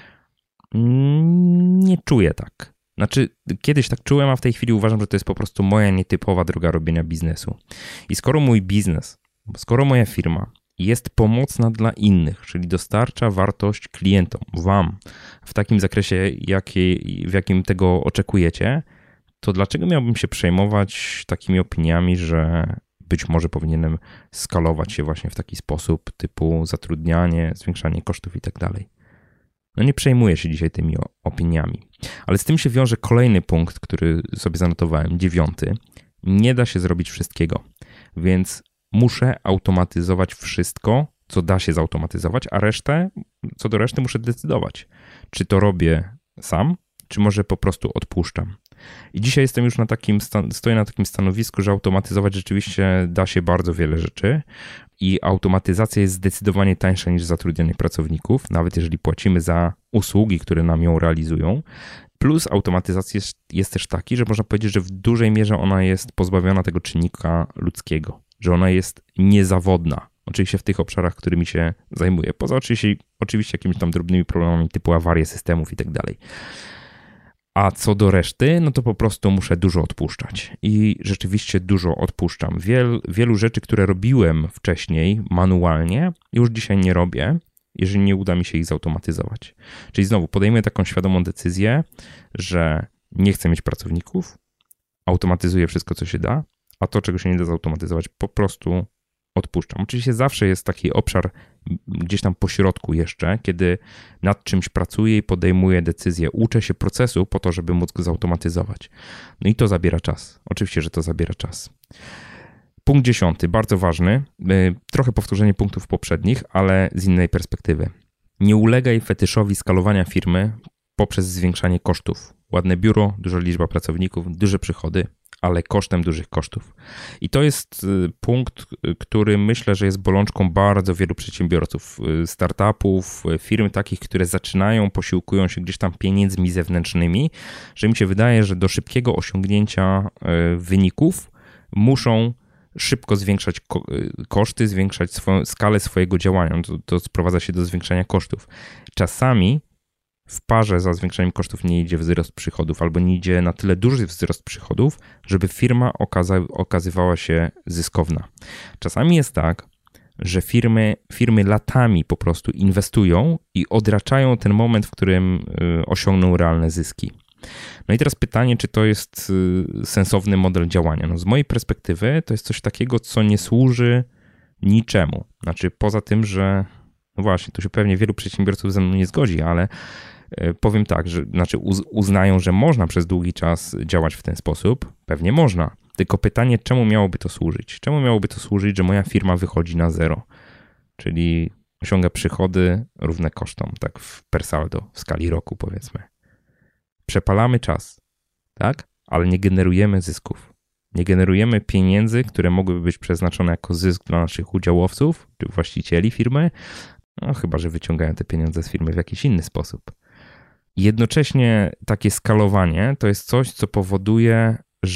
Nie czuję tak. Znaczy, kiedyś tak czułem, a w tej chwili uważam, że to jest po prostu moja nietypowa droga robienia biznesu. I skoro mój biznes, skoro moja firma jest pomocna dla innych, czyli dostarcza wartość klientom, wam, w takim zakresie, jakiej, w jakim tego oczekujecie, to dlaczego miałbym się przejmować takimi opiniami, że być może powinienem skalować się właśnie w taki sposób, typu zatrudnianie, zwiększanie kosztów i tak dalej. No nie przejmuję się dzisiaj tymi opiniami. Ale z tym się wiąże kolejny punkt, który sobie zanotowałem, dziewiąty. Nie da się zrobić wszystkiego, więc muszę automatyzować wszystko, co da się zautomatyzować, a resztę, co do reszty muszę decydować. Czy to robię sam, czy może po prostu odpuszczam. I dzisiaj jestem już na takim, stoję na takim stanowisku, że automatyzować rzeczywiście da się bardzo wiele rzeczy i automatyzacja jest zdecydowanie tańsza niż zatrudnianie pracowników, nawet jeżeli płacimy za usługi, które nam ją realizują. Plus automatyzacja jest, jest też taki, że można powiedzieć, że w dużej mierze ona jest pozbawiona tego czynnika ludzkiego, że ona jest niezawodna. Oczywiście w tych obszarach, którymi się zajmuję. Poza oczywiście, oczywiście jakimiś tam drobnymi problemami typu awarie systemów i tak dalej. A co do reszty, no to po prostu muszę dużo odpuszczać. I rzeczywiście dużo odpuszczam. Wiel, wielu rzeczy, które robiłem wcześniej manualnie, już dzisiaj nie robię, jeżeli nie uda mi się ich zautomatyzować. Czyli znowu podejmuję taką świadomą decyzję, że nie chcę mieć pracowników, automatyzuję wszystko, co się da, a to, czego się nie da zautomatyzować, po prostu odpuszczam. Oczywiście zawsze jest taki obszar gdzieś tam po środku jeszcze, kiedy nad czymś pracuję i podejmuję decyzję, uczę się procesu po to, żeby móc go zautomatyzować. No i to zabiera czas. Oczywiście, że to zabiera czas. Punkt dziesiąty, bardzo ważny, trochę powtórzenie punktów poprzednich, ale z innej perspektywy. Nie ulegaj fetyszowi skalowania firmy poprzez zwiększanie kosztów. Ładne biuro, duża liczba pracowników, duże przychody, ale kosztem dużych kosztów. I to jest punkt, który myślę, że jest bolączką bardzo wielu przedsiębiorców, startupów, firm takich, które zaczynają, posiłkują się gdzieś tam pieniędzmi zewnętrznymi, że mi się wydaje, że do szybkiego osiągnięcia wyników muszą szybko zwiększać koszty, zwiększać swoją skalę swojego działania. To, to sprowadza się do zwiększania kosztów. Czasami w parze za zwiększeniem kosztów nie idzie wzrost przychodów albo nie idzie na tyle duży wzrost przychodów, żeby firma okaza- okazywała się zyskowna. Czasami jest tak, że firmy, firmy latami po prostu inwestują i odraczają ten moment, w którym osiągną realne zyski. No i teraz pytanie, czy to jest sensowny model działania? No z mojej perspektywy to jest coś takiego, co nie służy niczemu. Znaczy poza tym, że no właśnie, tu się pewnie wielu przedsiębiorców ze mną nie zgodzi, ale powiem tak, że znaczy uznają, że można przez długi czas działać w ten sposób. Pewnie można. Tylko pytanie, czemu miałoby to służyć? Czemu miałoby to służyć, że moja firma wychodzi na zero? Czyli osiąga przychody równe kosztom, tak w per saldo, w skali roku powiedzmy. Przepalamy czas, tak? Ale nie generujemy zysków. Nie generujemy pieniędzy, które mogłyby być przeznaczone jako zysk dla naszych udziałowców czy właścicieli firmy, no chyba że wyciągają te pieniądze z firmy w jakiś inny sposób. Jednocześnie takie skalowanie to jest coś, co powoduje,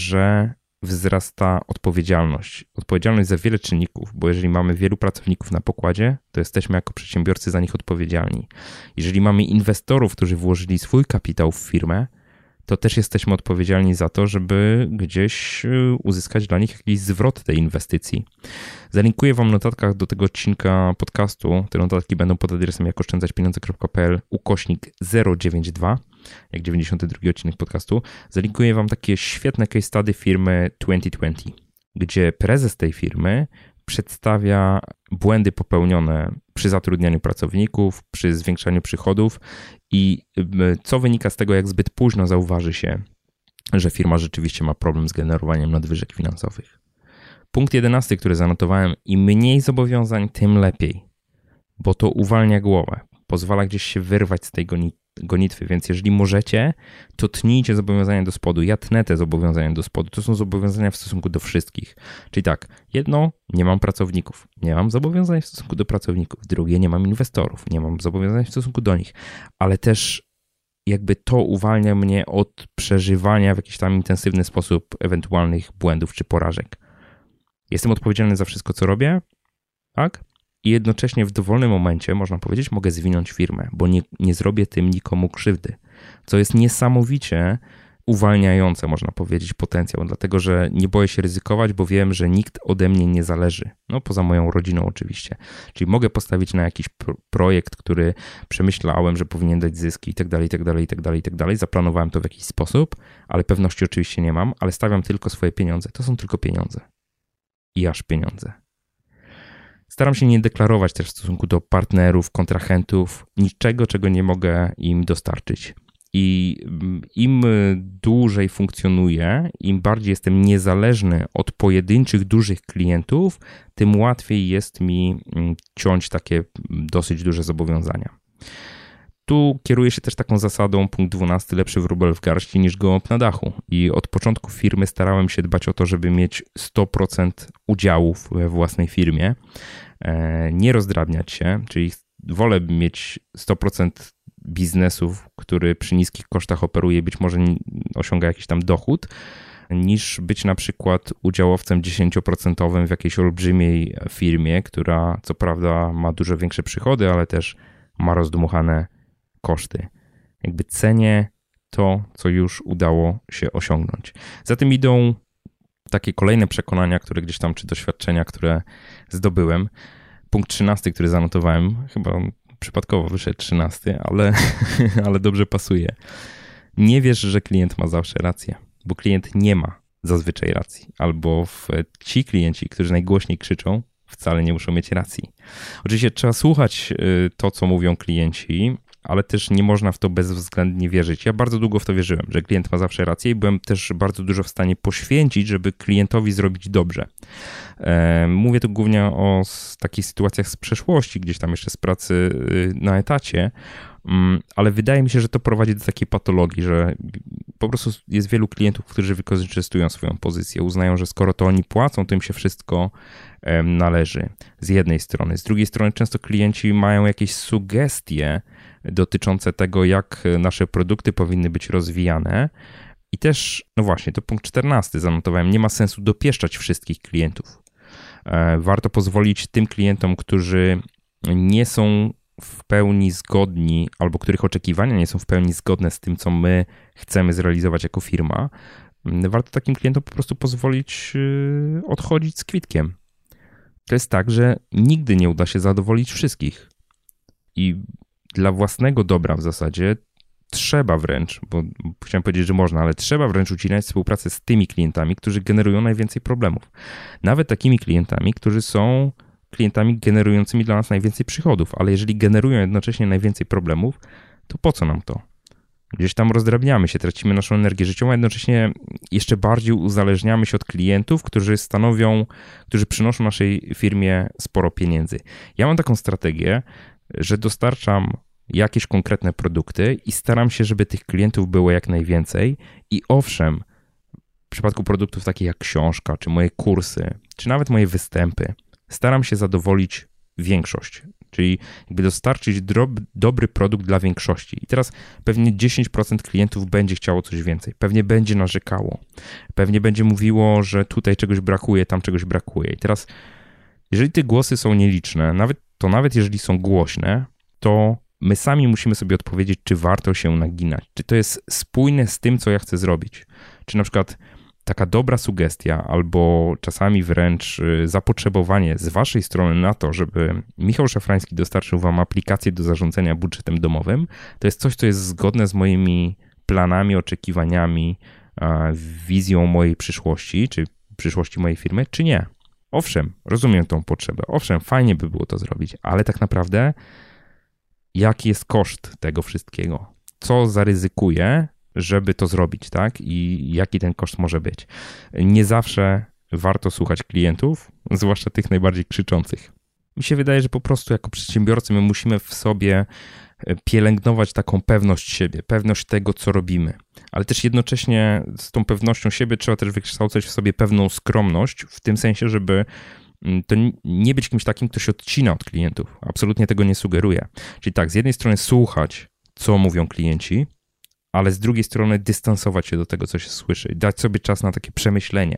że wzrasta odpowiedzialność. Odpowiedzialność za wiele czynników, bo jeżeli mamy wielu pracowników na pokładzie, to jesteśmy jako przedsiębiorcy za nich odpowiedzialni. Jeżeli mamy inwestorów, którzy włożyli swój kapitał w firmę, to też jesteśmy odpowiedzialni za to, żeby gdzieś uzyskać dla nich jakiś zwrot tej inwestycji. Zalinkuję wam w notatkach do tego odcinka podcastu. Te notatki będą pod adresem jakoszczędzaćpieniądze.pl ukośnik zero dziewięćdziesiąt dwa, jak dziewięćdziesiąty drugi odcinek podcastu. Zalinkuję wam takie świetne case study firmy dwutysiące dwadzieścia, gdzie prezes tej firmy przedstawia błędy popełnione przy zatrudnianiu pracowników, przy zwiększaniu przychodów i co wynika z tego, jak zbyt późno zauważy się, że firma rzeczywiście ma problem z generowaniem nadwyżek finansowych. Punkt jedenasty, który zanotowałem, im mniej zobowiązań, tym lepiej, bo to uwalnia głowę, pozwala gdzieś się wyrwać z tej gonitwy, więc jeżeli możecie, to tnijcie zobowiązania do spodu. Ja tnę te zobowiązania do spodu. To są zobowiązania w stosunku do wszystkich. Czyli tak, jedno, nie mam pracowników, nie mam zobowiązań w stosunku do pracowników. Drugie, nie mam inwestorów, nie mam zobowiązań w stosunku do nich, ale też jakby to uwalnia mnie od przeżywania w jakiś tam intensywny sposób ewentualnych błędów czy porażek. Jestem odpowiedzialny za wszystko, co robię, tak? I jednocześnie w dowolnym momencie, można powiedzieć, mogę zwinąć firmę, bo nie, nie zrobię tym nikomu krzywdy, co jest niesamowicie uwalniające, można powiedzieć, potencjał, dlatego że nie boję się ryzykować, bo wiem, że nikt ode mnie nie zależy, no poza moją rodziną oczywiście, czyli mogę postawić na jakiś pro- projekt, który przemyślałem, że powinien dać zyski i tak dalej, i tak dalej, i tak dalej, i tak dalej, zaplanowałem to w jakiś sposób, ale pewności oczywiście nie mam, ale stawiam tylko swoje pieniądze, to są tylko pieniądze i aż pieniądze. Staram się nie deklarować też w stosunku do partnerów, kontrahentów, niczego, czego nie mogę im dostarczyć. I im dłużej funkcjonuję, im bardziej jestem niezależny od pojedynczych, dużych klientów, tym łatwiej jest mi ciąć takie dosyć duże zobowiązania. Tu kieruję się też taką zasadą, punkt dwunasty, lepszy wróbel w garści niż gołąb na dachu. I od początku firmy starałem się dbać o to, żeby mieć sto procent udziałów we własnej firmie, nie rozdrabniać się, czyli wolę mieć sto procent biznesów, który przy niskich kosztach operuje, być może osiąga jakiś tam dochód, niż być na przykład udziałowcem dziesięć procent w jakiejś olbrzymiej firmie, która co prawda ma dużo większe przychody, ale też ma rozdmuchane koszty. Jakby cenię to, co już udało się osiągnąć. Za tym idą takie kolejne przekonania, które gdzieś tam, czy doświadczenia, które zdobyłem. Punkt trzynasty, który zanotowałem, chyba przypadkowo wyszedł trzynasty, ale, ale dobrze pasuje. Nie wiesz, że klient ma zawsze rację, bo klient nie ma zazwyczaj racji. Albo w, ci klienci, którzy najgłośniej krzyczą, wcale nie muszą mieć racji. Oczywiście trzeba słuchać to, co mówią klienci, ale też nie można w to bezwzględnie wierzyć. Ja bardzo długo w to wierzyłem, że klient ma zawsze rację i byłem też bardzo dużo w stanie poświęcić, żeby klientowi zrobić dobrze. Mówię tu głównie o takich sytuacjach z przeszłości, gdzieś tam jeszcze z pracy na etacie, ale wydaje mi się, że to prowadzi do takiej patologii, że po prostu jest wielu klientów, którzy wykorzystują swoją pozycję, uznają, że skoro to oni płacą, to im się wszystko należy z jednej strony. Z drugiej strony często klienci mają jakieś sugestie dotyczące tego, jak nasze produkty powinny być rozwijane. I też, no właśnie, to punkt czternasty zanotowałem, nie ma sensu dopieszczać wszystkich klientów. Warto pozwolić tym klientom, którzy nie są w pełni zgodni, albo których oczekiwania nie są w pełni zgodne z tym, co my chcemy zrealizować jako firma, warto takim klientom po prostu pozwolić odchodzić z kwitkiem. to jest tak, że nigdy nie uda się zadowolić wszystkich. I dla własnego dobra w zasadzie trzeba wręcz, bo chciałem powiedzieć, że można, ale trzeba wręcz ucinać współpracę z tymi klientami, którzy generują najwięcej problemów. Nawet takimi klientami, którzy są klientami generującymi dla nas najwięcej przychodów, ale jeżeli generują jednocześnie najwięcej problemów, to po co nam to? Gdzieś tam rozdrabniamy się, tracimy naszą energię życiową, a jednocześnie jeszcze bardziej uzależniamy się od klientów, którzy stanowią, którzy przynoszą naszej firmie sporo pieniędzy. Ja mam taką strategię, że dostarczam jakieś konkretne produkty i staram się, żeby tych klientów było jak najwięcej i owszem, w przypadku produktów takich jak książka, czy moje kursy, czy nawet moje występy, staram się zadowolić większość, czyli jakby dostarczyć drob, dobry produkt dla większości. I teraz pewnie dziesięć procent klientów będzie chciało coś więcej, pewnie będzie narzekało, pewnie będzie mówiło, że tutaj czegoś brakuje, tam czegoś brakuje. I teraz, jeżeli te głosy są nieliczne, nawet, to nawet jeżeli są głośne, to my sami musimy sobie odpowiedzieć, czy warto się naginać, czy to jest spójne z tym, co ja chcę zrobić. Czy na przykład taka dobra sugestia albo czasami wręcz zapotrzebowanie z waszej strony na to, żeby Michał Szafrański dostarczył wam aplikację do zarządzania budżetem domowym, to jest coś, co jest zgodne z moimi planami, oczekiwaniami, wizją mojej przyszłości, czy przyszłości mojej firmy, czy nie. Owszem, rozumiem tą potrzebę, owszem, fajnie by było to zrobić, ale tak naprawdę jaki jest koszt tego wszystkiego? Co zaryzykuję, żeby to zrobić, tak? I jaki ten koszt może być? Nie zawsze warto słuchać klientów, zwłaszcza tych najbardziej krzyczących. Mi się wydaje, że po prostu jako przedsiębiorcy my musimy w sobie pielęgnować taką pewność siebie, pewność tego, co robimy. Ale też jednocześnie z tą pewnością siebie trzeba też wykształcać w sobie pewną skromność, w tym sensie, żeby to nie być kimś takim, kto się odcina od klientów. Absolutnie tego nie sugeruję. Czyli tak, z jednej strony słuchać, co mówią klienci, ale z drugiej strony dystansować się do tego, co się słyszy i dać sobie czas na takie przemyślenie,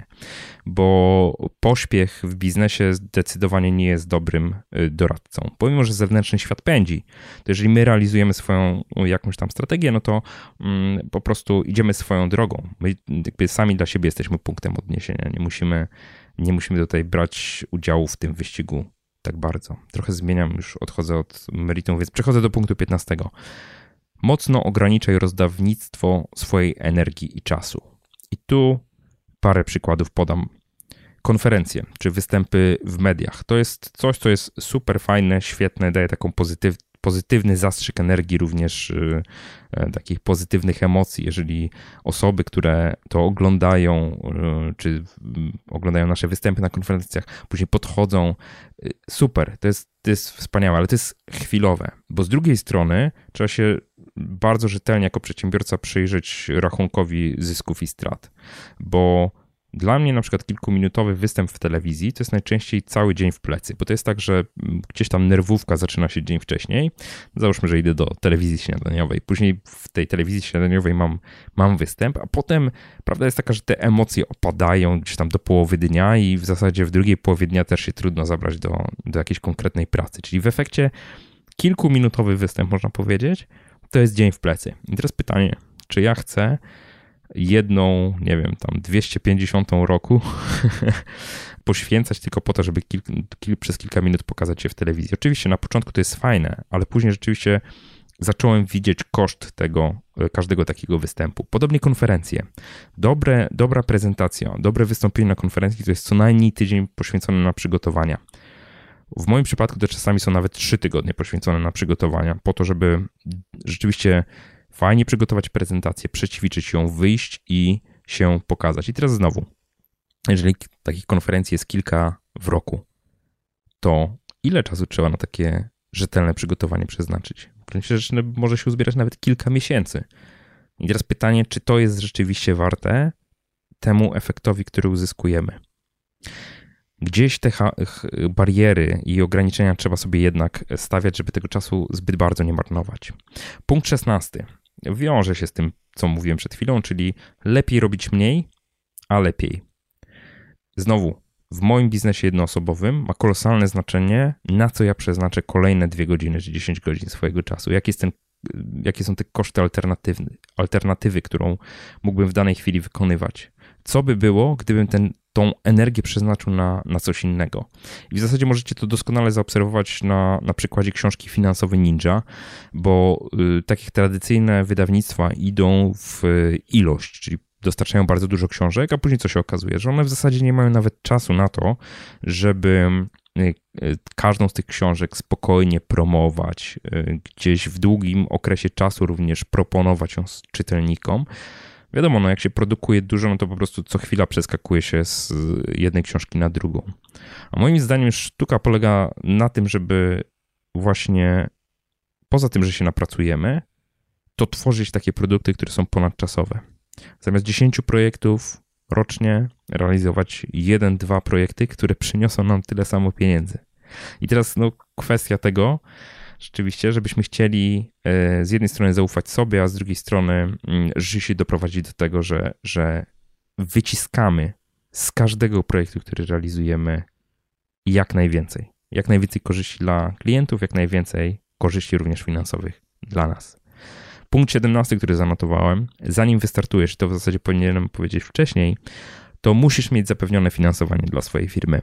bo pośpiech w biznesie zdecydowanie nie jest dobrym doradcą. Pomimo, że zewnętrzny świat pędzi, to jeżeli my realizujemy swoją jakąś tam strategię, no to mm, po prostu idziemy swoją drogą. My jakby sami dla siebie jesteśmy punktem odniesienia, nie musimy, nie musimy tutaj brać udziału w tym wyścigu tak bardzo. Trochę zmieniam, już odchodzę od meritum, więc przechodzę do punktu piętnastego. Mocno ograniczaj rozdawnictwo swojej energii i czasu. I tu parę przykładów podam. Konferencje czy występy w mediach. To jest coś, co jest super fajne, świetne, daje taką pozytyw, pozytywny zastrzyk energii, również yy, takich pozytywnych emocji. Jeżeli osoby, które to oglądają, yy, czy yy, oglądają nasze występy na konferencjach, później podchodzą, yy, super, to jest, to jest wspaniałe, ale to jest chwilowe, bo z drugiej strony trzeba się bardzo rzetelnie jako przedsiębiorca przyjrzeć rachunkowi zysków i strat, bo dla mnie na przykład kilkuminutowy występ w telewizji to jest najczęściej cały dzień w plecy, bo to jest tak, że gdzieś tam nerwówka zaczyna się dzień wcześniej. Załóżmy, że idę do telewizji śniadaniowej, później w tej telewizji śniadaniowej mam, mam występ, a potem prawda jest taka, że te emocje opadają gdzieś tam do połowy dnia i w zasadzie w drugiej połowie dnia też się trudno zabrać do, do jakiejś konkretnej pracy, czyli w efekcie kilkuminutowy występ, można powiedzieć, to jest dzień w plecy. I teraz pytanie, czy ja chcę jedną, nie wiem, tam dwieście pięćdziesiątą roku poświęcać tylko po to, żeby kil, kil, przez kilka minut pokazać się w telewizji. Oczywiście na początku to jest fajne, ale później rzeczywiście zacząłem widzieć koszt tego, każdego takiego występu. Podobnie konferencje. Dobre, dobra prezentacja, dobre wystąpienie na konferencji to jest co najmniej tydzień poświęcony na przygotowania. W moim przypadku to czasami są nawet trzy tygodnie poświęcone na przygotowania, po to, żeby rzeczywiście fajnie przygotować prezentację, przećwiczyć ją, wyjść i się pokazać. I teraz znowu, jeżeli takich konferencji jest kilka w roku, to ile czasu trzeba na takie rzetelne przygotowanie przeznaczyć? Myślę, że może się uzbierać nawet kilka miesięcy. I teraz pytanie, czy to jest rzeczywiście warte temu efektowi, który uzyskujemy? Gdzieś te bariery i ograniczenia trzeba sobie jednak stawiać, żeby tego czasu zbyt bardzo nie marnować. Punkt szesnasty. Wiąże się z tym, co mówiłem przed chwilą, czyli lepiej robić mniej, a lepiej. Znowu, w moim biznesie jednoosobowym ma kolosalne znaczenie, na co ja przeznaczę kolejne dwie godziny czy dziesięć godzin swojego czasu. Jak jest ten, jakie są te koszty alternatywne, alternatywy, którą mógłbym w danej chwili wykonywać. Co by było, gdybym ten tą energię przeznaczył na, na coś innego. I w zasadzie możecie to doskonale zaobserwować na, na przykładzie książki Finansowy Ninja, bo y, tak jak tradycyjne wydawnictwa idą w ilość, czyli dostarczają bardzo dużo książek, a później co się okazuje, że one w zasadzie nie mają nawet czasu na to, żeby każdą z tych książek spokojnie promować, gdzieś w długim okresie czasu również proponować ją czytelnikom. Wiadomo, no jak się produkuje dużo, no to po prostu co chwila przeskakuje się z jednej książki na drugą. A moim zdaniem sztuka polega na tym, żeby właśnie poza tym, że się napracujemy, to tworzyć takie produkty, które są ponadczasowe. Zamiast dziesięciu projektów rocznie realizować jeden, dwa projekty, które przyniosą nam tyle samo pieniędzy. I teraz no, kwestia tego rzeczywiście, żebyśmy chcieli z jednej strony zaufać sobie, a z drugiej strony rzeczywiście doprowadzić do tego, że, że wyciskamy z każdego projektu, który realizujemy jak najwięcej. Jak najwięcej korzyści dla klientów, jak najwięcej korzyści również finansowych dla nas. Punkt siedemnasty, który zanotowałem, zanim wystartujesz, to w zasadzie powinienem powiedzieć wcześniej, to musisz mieć zapewnione finansowanie dla swojej firmy.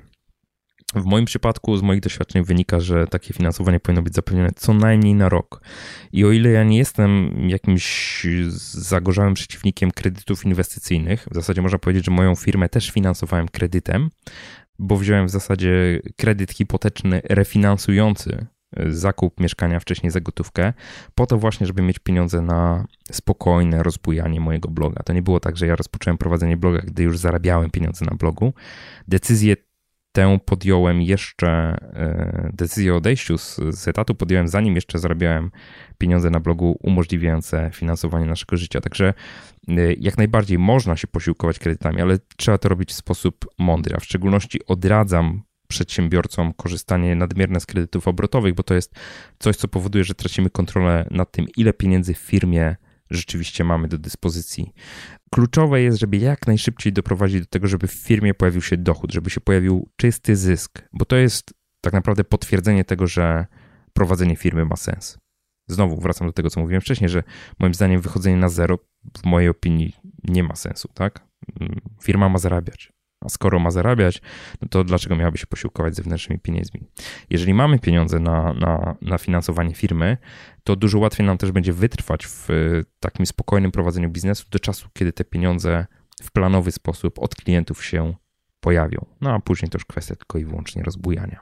W moim przypadku, z moich doświadczeń wynika, że takie finansowanie powinno być zapewnione co najmniej na rok. I o ile ja nie jestem jakimś zagorzałym przeciwnikiem kredytów inwestycyjnych, w zasadzie można powiedzieć, że moją firmę też finansowałem kredytem, bo wziąłem w zasadzie kredyt hipoteczny refinansujący zakup mieszkania wcześniej za gotówkę, po to właśnie, żeby mieć pieniądze na spokojne rozbujanie mojego bloga. To nie było tak, że ja rozpocząłem prowadzenie bloga, gdy już zarabiałem pieniądze na blogu. Decyzję tę podjąłem jeszcze, decyzję o odejściu z, z etatu podjąłem zanim jeszcze zarabiałem pieniądze na blogu umożliwiające finansowanie naszego życia. Także jak najbardziej można się posiłkować kredytami, ale trzeba to robić w sposób mądry, a w szczególności odradzam przedsiębiorcom korzystanie nadmierne z kredytów obrotowych, bo to jest coś, co powoduje, że tracimy kontrolę nad tym, ile pieniędzy w firmie rzeczywiście mamy do dyspozycji. Kluczowe jest, żeby jak najszybciej doprowadzić do tego, żeby w firmie pojawił się dochód, żeby się pojawił czysty zysk, bo to jest tak naprawdę potwierdzenie tego, że prowadzenie firmy ma sens. Znowu wracam do tego, co mówiłem wcześniej, że moim zdaniem wychodzenie na zero w mojej opinii nie ma sensu, tak? Firma ma zarabiać. A skoro ma zarabiać, no to dlaczego miałaby się posiłkować zewnętrznymi pieniędzmi? Jeżeli mamy pieniądze na, na, na finansowanie firmy, to dużo łatwiej nam też będzie wytrwać w takim spokojnym prowadzeniu biznesu do czasu, kiedy te pieniądze w planowy sposób od klientów się pojawią. No a później to już kwestia tylko i wyłącznie rozbujania.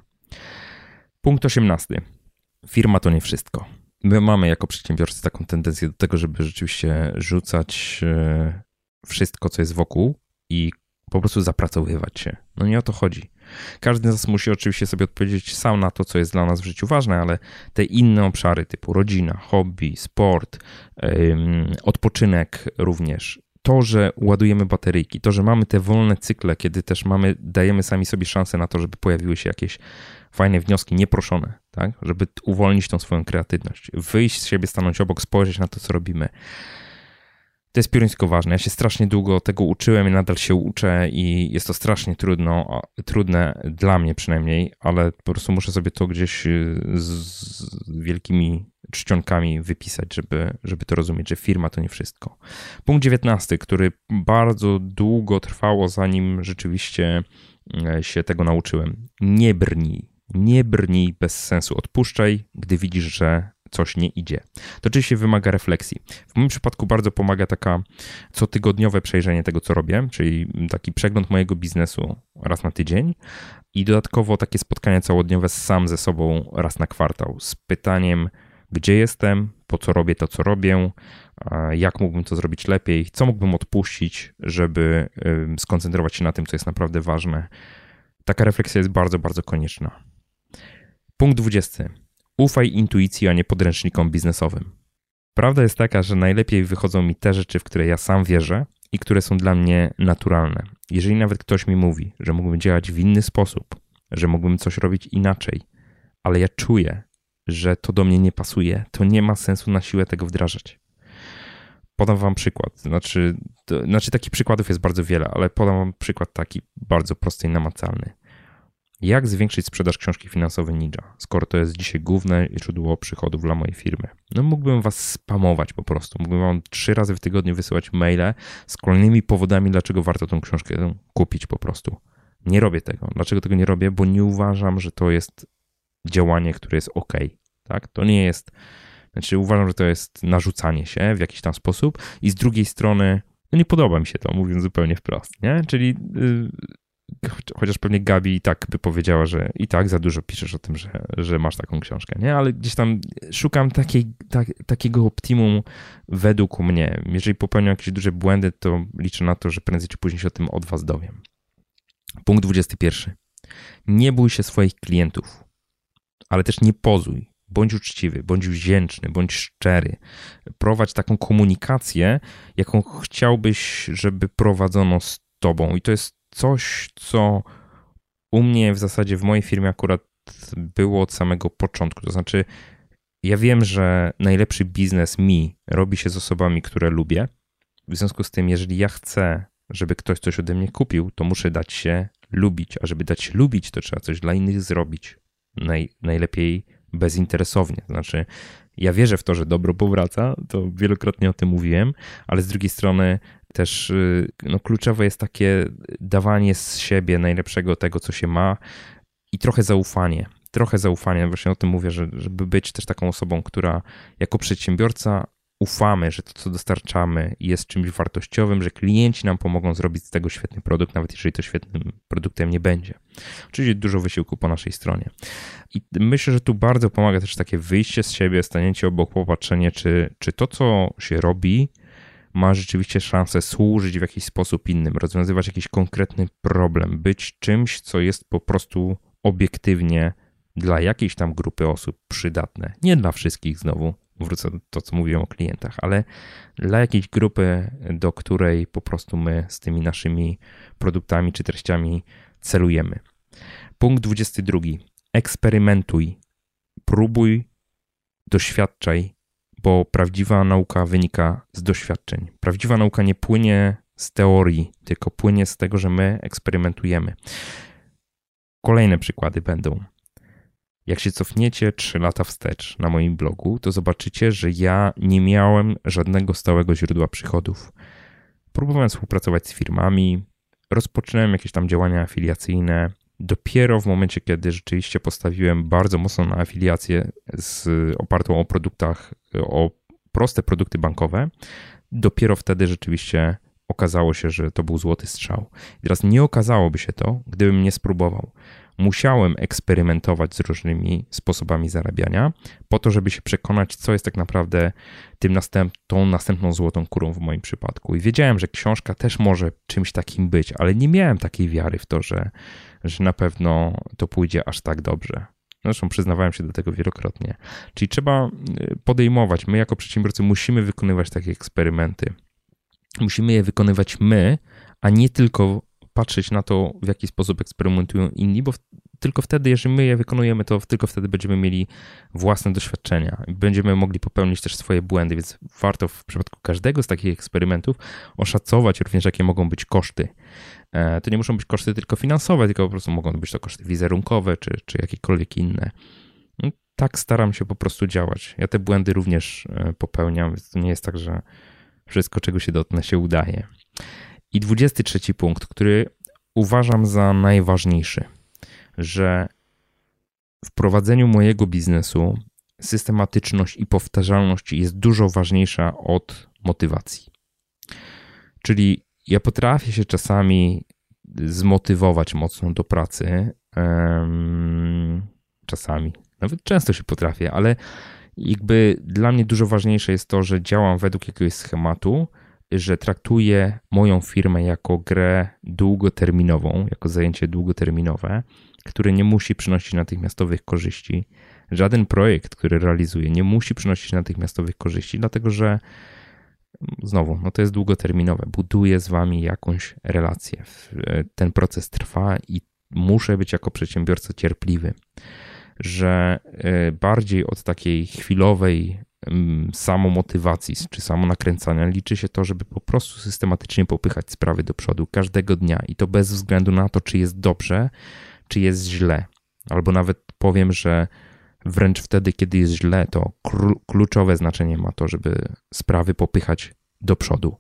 Punkt osiemnasty. Firma to nie wszystko. My mamy jako przedsiębiorcy taką tendencję do tego, żeby rzeczywiście rzucać wszystko, co jest wokół i po prostu zapracowywać się. No nie o to chodzi. Każdy z nas musi oczywiście sobie odpowiedzieć sam na to, co jest dla nas w życiu ważne, ale te inne obszary typu rodzina, hobby, sport, yy, odpoczynek również, to, że ładujemy bateryjki, to, że mamy te wolne cykle, kiedy też mamy, dajemy sami sobie szansę na to, żeby pojawiły się jakieś fajne wnioski, nieproszone, tak? Żeby uwolnić tą swoją kreatywność, wyjść z siebie, stanąć obok, spojrzeć na to, co robimy. To jest pioruńsko ważne. Ja się strasznie długo tego uczyłem i nadal się uczę i jest to strasznie trudno, trudne dla mnie przynajmniej, ale po prostu muszę sobie to gdzieś z wielkimi czcionkami wypisać, żeby, żeby to rozumieć, że firma to nie wszystko. Punkt dziewiętnasty, który bardzo długo trwało, zanim rzeczywiście się tego nauczyłem. Nie brnij. Nie brnij bez sensu. Odpuszczaj, gdy widzisz, że coś nie idzie. To oczywiście wymaga refleksji. W moim przypadku bardzo pomaga taka cotygodniowe przejrzenie tego, co robię, czyli taki przegląd mojego biznesu raz na tydzień i dodatkowo takie spotkania całodniowe sam ze sobą raz na kwartał z pytaniem, gdzie jestem, po co robię to, co robię, jak mógłbym to zrobić lepiej, co mógłbym odpuścić, żeby skoncentrować się na tym, co jest naprawdę ważne. Taka refleksja jest bardzo, bardzo konieczna. Punkt dwudziesty. Ufaj intuicji, a nie podręcznikom biznesowym. Prawda jest taka, że najlepiej wychodzą mi te rzeczy, w które ja sam wierzę i które są dla mnie naturalne. Jeżeli nawet ktoś mi mówi, że mógłbym działać w inny sposób, że mógłbym coś robić inaczej, ale ja czuję, że to do mnie nie pasuje, to nie ma sensu na siłę tego wdrażać. Podam wam przykład. Znaczy, to, znaczy takich przykładów jest bardzo wiele, ale podam wam przykład taki bardzo prosty i namacalny. Jak zwiększyć sprzedaż książki Finansowy Ninja, skoro to jest dzisiaj główne źródło przychodów dla mojej firmy? No mógłbym was spamować po prostu. Mógłbym wam trzy razy w tygodniu wysyłać maile z kolejnymi powodami, dlaczego warto tą książkę kupić po prostu. Nie robię tego. Dlaczego tego nie robię? Bo nie uważam, że to jest działanie, które jest ok. Tak? To nie jest... Znaczy uważam, że to jest narzucanie się w jakiś tam sposób i z drugiej strony no nie podoba mi się to, mówiąc zupełnie wprost, nie? Czyli yy, chociaż pewnie Gabi i tak by powiedziała, że i tak za dużo piszesz o tym, że, że masz taką książkę, nie? Ale gdzieś tam szukam takiej, tak, takiego optimum według mnie. Jeżeli popełniam jakieś duże błędy, to liczę na to, że prędzej czy później się o tym od was dowiem. Punkt dwudziesty pierwszy. Nie bój się swoich klientów, ale też nie pozuj. Bądź uczciwy, bądź wdzięczny, bądź szczery. Prowadź taką komunikację, jaką chciałbyś, żeby prowadzono z tobą. I to jest coś, co u mnie w zasadzie w mojej firmie akurat było od samego początku. To znaczy, ja wiem, że najlepszy biznes mi robi się z osobami, które lubię. W związku z tym, jeżeli ja chcę, żeby ktoś coś ode mnie kupił, to muszę dać się lubić. A żeby dać się lubić, to trzeba coś dla innych zrobić. Naj, najlepiej bezinteresownie. To znaczy, ja wierzę w to, że dobro powraca, to wielokrotnie o tym mówiłem, ale z drugiej strony też no, kluczowe jest takie dawanie z siebie najlepszego tego, co się ma i trochę zaufanie. Trochę zaufanie, właśnie o tym mówię, że, żeby być też taką osobą, która jako przedsiębiorca ufamy, że to, co dostarczamy, jest czymś wartościowym, że klienci nam pomogą zrobić z tego świetny produkt, nawet jeżeli to świetnym produktem nie będzie. Oczywiście dużo wysiłku po naszej stronie. I myślę, że tu bardzo pomaga też takie wyjście z siebie, stanięcie obok, popatrzenie, czy, czy to, co się robi, ma rzeczywiście szansę służyć w jakiś sposób innym, rozwiązywać jakiś konkretny problem, być czymś, co jest po prostu obiektywnie dla jakiejś tam grupy osób przydatne. Nie dla wszystkich znowu, wrócę do to, co mówiłem o klientach, ale dla jakiejś grupy, do której po prostu my z tymi naszymi produktami czy treściami celujemy. Punkt dwudziesty drugi. Eksperymentuj. Próbuj, doświadczaj, bo prawdziwa nauka wynika z doświadczeń. Prawdziwa nauka nie płynie z teorii, tylko płynie z tego, że my eksperymentujemy. Kolejne przykłady będą. Jak się cofniecie trzy lata wstecz na moim blogu, to zobaczycie, że ja nie miałem żadnego stałego źródła przychodów. Próbowałem współpracować z firmami, rozpoczynałem jakieś tam działania afiliacyjne. Dopiero w momencie, kiedy rzeczywiście postawiłem bardzo mocno na afiliację z, opartą o produktach, o proste produkty bankowe, dopiero wtedy rzeczywiście okazało się, że to był złoty strzał. I teraz nie okazałoby się to, gdybym nie spróbował. Musiałem eksperymentować z różnymi sposobami zarabiania po to, żeby się przekonać, co jest tak naprawdę tym następ, tą następną złotą kurą w moim przypadku. I wiedziałem, że książka też może czymś takim być, ale nie miałem takiej wiary w to, że, że na pewno to pójdzie aż tak dobrze. Zresztą przyznawałem się do tego wielokrotnie. Czyli trzeba podejmować, my jako przedsiębiorcy musimy wykonywać takie eksperymenty. Musimy je wykonywać my, a nie tylko patrzeć na to, w jaki sposób eksperymentują inni, bo w, tylko wtedy, jeżeli my je wykonujemy, to tylko wtedy będziemy mieli własne doświadczenia i będziemy mogli popełnić też swoje błędy, więc warto w przypadku każdego z takich eksperymentów oszacować również, jakie mogą być koszty. E, to nie muszą być koszty tylko finansowe, tylko po prostu mogą być to koszty wizerunkowe, czy, czy jakiekolwiek inne. No, tak staram się po prostu działać. Ja te błędy również popełniam, więc to nie jest tak, że wszystko, czego się dotknę, się udaje. I dwudziesty trzeci punkt, który uważam za najważniejszy, że w prowadzeniu mojego biznesu systematyczność i powtarzalność jest dużo ważniejsza od motywacji. Czyli ja potrafię się czasami zmotywować mocno do pracy, um, czasami, nawet często się potrafię, ale jakby dla mnie dużo ważniejsze jest to, że działam według jakiegoś schematu, że traktuję moją firmę jako grę długoterminową, jako zajęcie długoterminowe, które nie musi przynosić natychmiastowych korzyści. Żaden projekt, który realizuję, nie musi przynosić natychmiastowych korzyści, dlatego że znowu, no to jest długoterminowe. Buduję z wami jakąś relację. Ten proces trwa i muszę być jako przedsiębiorca cierpliwy, że bardziej od takiej chwilowej samomotywacji czy samonakręcania liczy się to, żeby po prostu systematycznie popychać sprawy do przodu każdego dnia i to bez względu na to, czy jest dobrze, czy jest źle. Albo nawet powiem, że Wręcz wtedy, kiedy jest źle, to kluczowe znaczenie ma to, żeby sprawy popychać do przodu.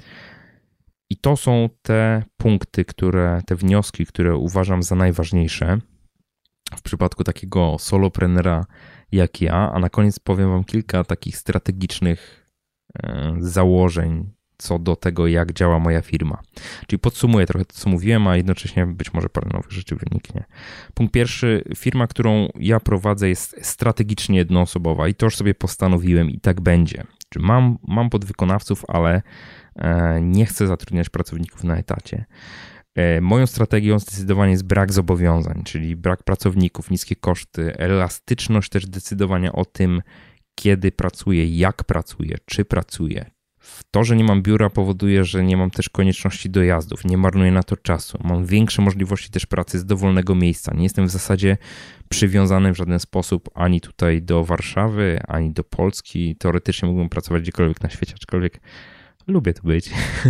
I to są te punkty, które, te wnioski, które uważam za najważniejsze w przypadku takiego soloprenera jak ja, a na koniec powiem wam kilka takich strategicznych założeń co do tego, jak działa moja firma. Czyli podsumuję trochę to, co mówiłem, a jednocześnie być może parę nowych rzeczy wyniknie. Punkt pierwszy. Firma, którą ja prowadzę, jest strategicznie jednoosobowa i to już sobie postanowiłem i tak będzie. Czyli mam, mam podwykonawców, ale nie chcę zatrudniać pracowników na etacie. Moją strategią zdecydowanie jest brak zobowiązań, czyli brak pracowników, niskie koszty, elastyczność też decydowania o tym, kiedy pracuję, jak pracuję, czy pracuję. To, że nie mam biura, powoduje, że nie mam też konieczności dojazdów, nie marnuję na to czasu. Mam większe możliwości też pracy z dowolnego miejsca. Nie jestem w zasadzie przywiązany w żaden sposób ani tutaj do Warszawy, ani do Polski. Teoretycznie mógłbym pracować gdziekolwiek na świecie, aczkolwiek lubię tu być.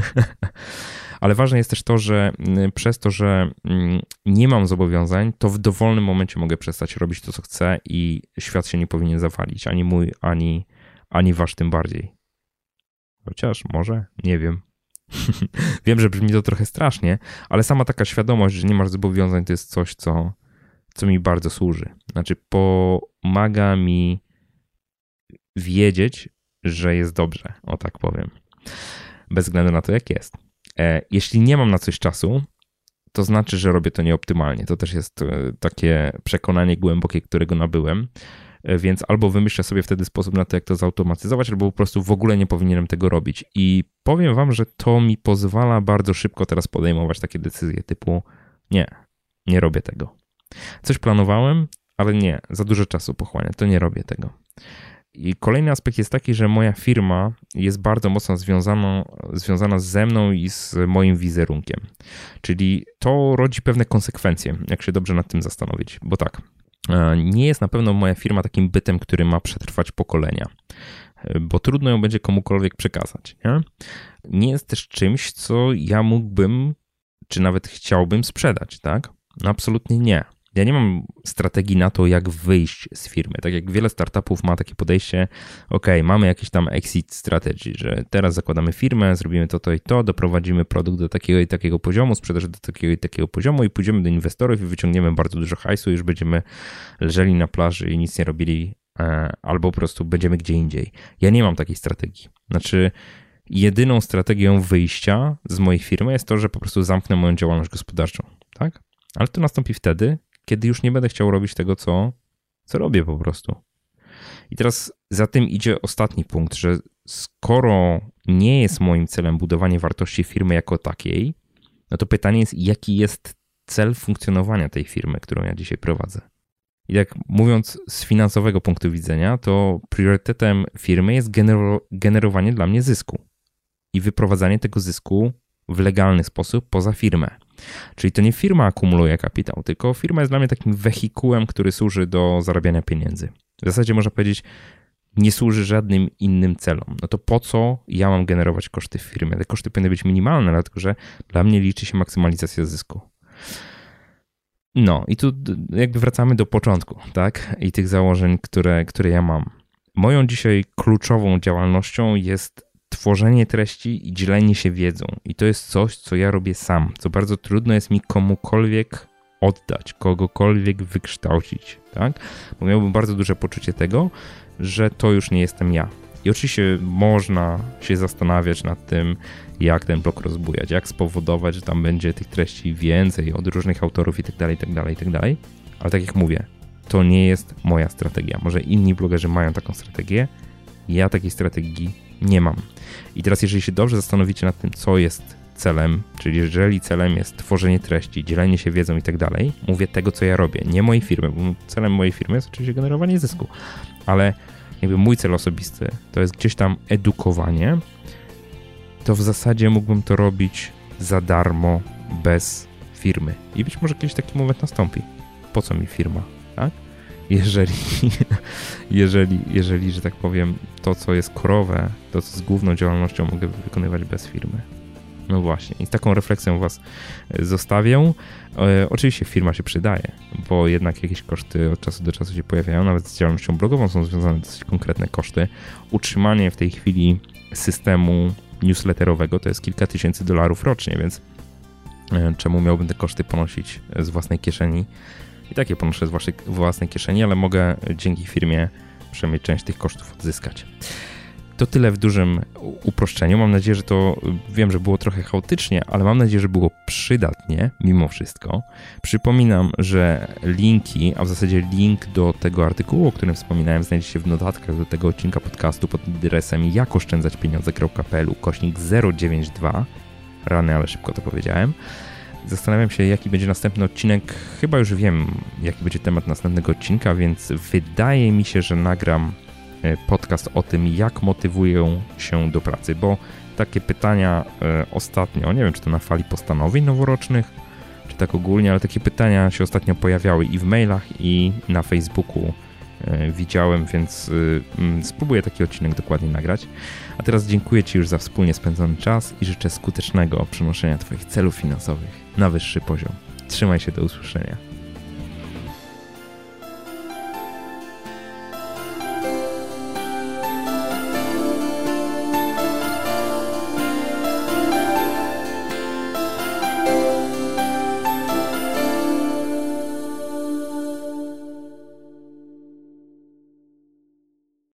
Ale ważne jest też to, że przez to, że nie mam zobowiązań, to w dowolnym momencie mogę przestać robić to, co chcę i świat się nie powinien zawalić. Ani mój, ani, ani wasz tym bardziej. Chociaż może, nie wiem. Wiem, że brzmi to trochę strasznie, ale sama taka świadomość, że nie masz zobowiązań, to jest coś, co, co mi bardzo służy. Znaczy pomaga mi wiedzieć, że jest dobrze, o tak powiem. Bez względu na to, jak jest. Jeśli nie mam na coś czasu, to znaczy, że robię to nieoptymalnie. To też jest takie przekonanie głębokie, którego nabyłem. Więc albo wymyślę sobie wtedy sposób na to, jak to zautomatyzować, albo po prostu w ogóle nie powinienem tego robić. I powiem wam, że to mi pozwala bardzo szybko teraz podejmować takie decyzje typu nie, nie robię tego. Coś planowałem, ale nie, za dużo czasu pochłania, to nie robię tego. I kolejny aspekt jest taki, że moja firma jest bardzo mocno związana, związana ze mną i z moim wizerunkiem. Czyli to rodzi pewne konsekwencje, jak się dobrze nad tym zastanowić. Bo tak, nie jest na pewno moja firma takim bytem, który ma przetrwać pokolenia, bo trudno ją będzie komukolwiek przekazać. Nie? Nie jest też czymś, co ja mógłbym, czy nawet chciałbym sprzedać, tak? No absolutnie nie. Ja nie mam strategii na to, jak wyjść z firmy. Tak jak wiele startupów ma takie podejście, ok, mamy jakiś tam exit strategy, że teraz zakładamy firmę, zrobimy to, to i to, doprowadzimy produkt do takiego i takiego poziomu, sprzedaż do takiego i takiego poziomu i pójdziemy do inwestorów i wyciągniemy bardzo dużo hajsu i już będziemy leżeli na plaży i nic nie robili, albo po prostu będziemy gdzie indziej. Ja nie mam takiej strategii. Znaczy, jedyną strategią wyjścia z mojej firmy jest to, że po prostu zamknę moją działalność gospodarczą, tak? Ale to nastąpi wtedy, kiedy już nie będę chciał robić tego, co, co robię po prostu. I teraz za tym idzie ostatni punkt, że skoro nie jest moim celem budowanie wartości firmy jako takiej, no to pytanie jest, jaki jest cel funkcjonowania tej firmy, którą ja dzisiaj prowadzę. I tak mówiąc z finansowego punktu widzenia, to priorytetem firmy jest gener- generowanie dla mnie zysku i wyprowadzanie tego zysku w legalny sposób poza firmę. Czyli to nie firma akumuluje kapitał, tylko firma jest dla mnie takim wehikułem, który służy do zarabiania pieniędzy. W zasadzie można powiedzieć, nie służy żadnym innym celom. No to po co ja mam generować koszty w firmie? Te koszty powinny być minimalne, dlatego że dla mnie liczy się maksymalizacja zysku. No i tu jakby wracamy do początku, tak? I tych założeń, które, które ja mam. Moją dzisiaj kluczową działalnością jest tworzenie treści i dzielenie się wiedzą. I to jest coś, co ja robię sam, co bardzo trudno jest mi komukolwiek oddać, kogokolwiek wykształcić, tak? Bo miałbym bardzo duże poczucie tego, że to już nie jestem ja. I oczywiście można się zastanawiać nad tym, jak ten blog rozbujać, jak spowodować, że tam będzie tych treści więcej od różnych autorów itd., itd., itd. Ale tak jak mówię, to nie jest moja strategia. Może inni blogerzy mają taką strategię, ja takiej strategii nie mam. I teraz jeżeli się dobrze zastanowicie nad tym, co jest celem, czyli jeżeli celem jest tworzenie treści, dzielenie się wiedzą i tak dalej, mówię tego, co ja robię, nie mojej firmy, bo celem mojej firmy jest oczywiście generowanie zysku, ale jakby mój cel osobisty to jest gdzieś tam edukowanie, to w zasadzie mógłbym to robić za darmo, bez firmy. I być może kiedyś taki moment nastąpi. Po co mi firma, tak? Jeżeli, jeżeli, jeżeli, że tak powiem, to, co jest korowe, to, co jest główną działalnością, mogę wykonywać bez firmy. No właśnie, i z taką refleksją was zostawię. E, oczywiście firma się przydaje, bo jednak jakieś koszty od czasu do czasu się pojawiają, nawet z działalnością blogową są związane dosyć konkretne koszty. Utrzymanie w tej chwili systemu newsletterowego to jest kilka tysięcy dolarów rocznie, więc e, czemu miałbym te koszty ponosić z własnej kieszeni? I tak je ponoszę z waszej, własnej kieszeni, ale mogę dzięki firmie przynajmniej część tych kosztów odzyskać. To tyle w dużym uproszczeniu. Mam nadzieję, że to, wiem, że było trochę chaotycznie, ale mam nadzieję, że było przydatnie mimo wszystko. Przypominam, że linki, a w zasadzie link do tego artykułu, o którym wspominałem, znajdziecie w notatkach do tego odcinka podcastu pod adresem jakoszczędzaćpieniądze.pl ukośnik zero dziewięć dwa. Rany, ale szybko to powiedziałem. Zastanawiam się, jaki będzie następny odcinek. Chyba już wiem, jaki będzie temat następnego odcinka, więc wydaje mi się, że nagram podcast o tym, jak motywują się do pracy, bo takie pytania e, ostatnio, nie wiem, czy to na fali postanowień noworocznych, czy tak ogólnie, ale takie pytania się ostatnio pojawiały i w mailach, i na Facebooku e, widziałem, więc e, spróbuję taki odcinek dokładnie nagrać. A teraz dziękuję Ci już za wspólnie spędzony czas i życzę skutecznego przenoszenia Twoich celów finansowych na wyższy poziom. Trzymaj się, do usłyszenia.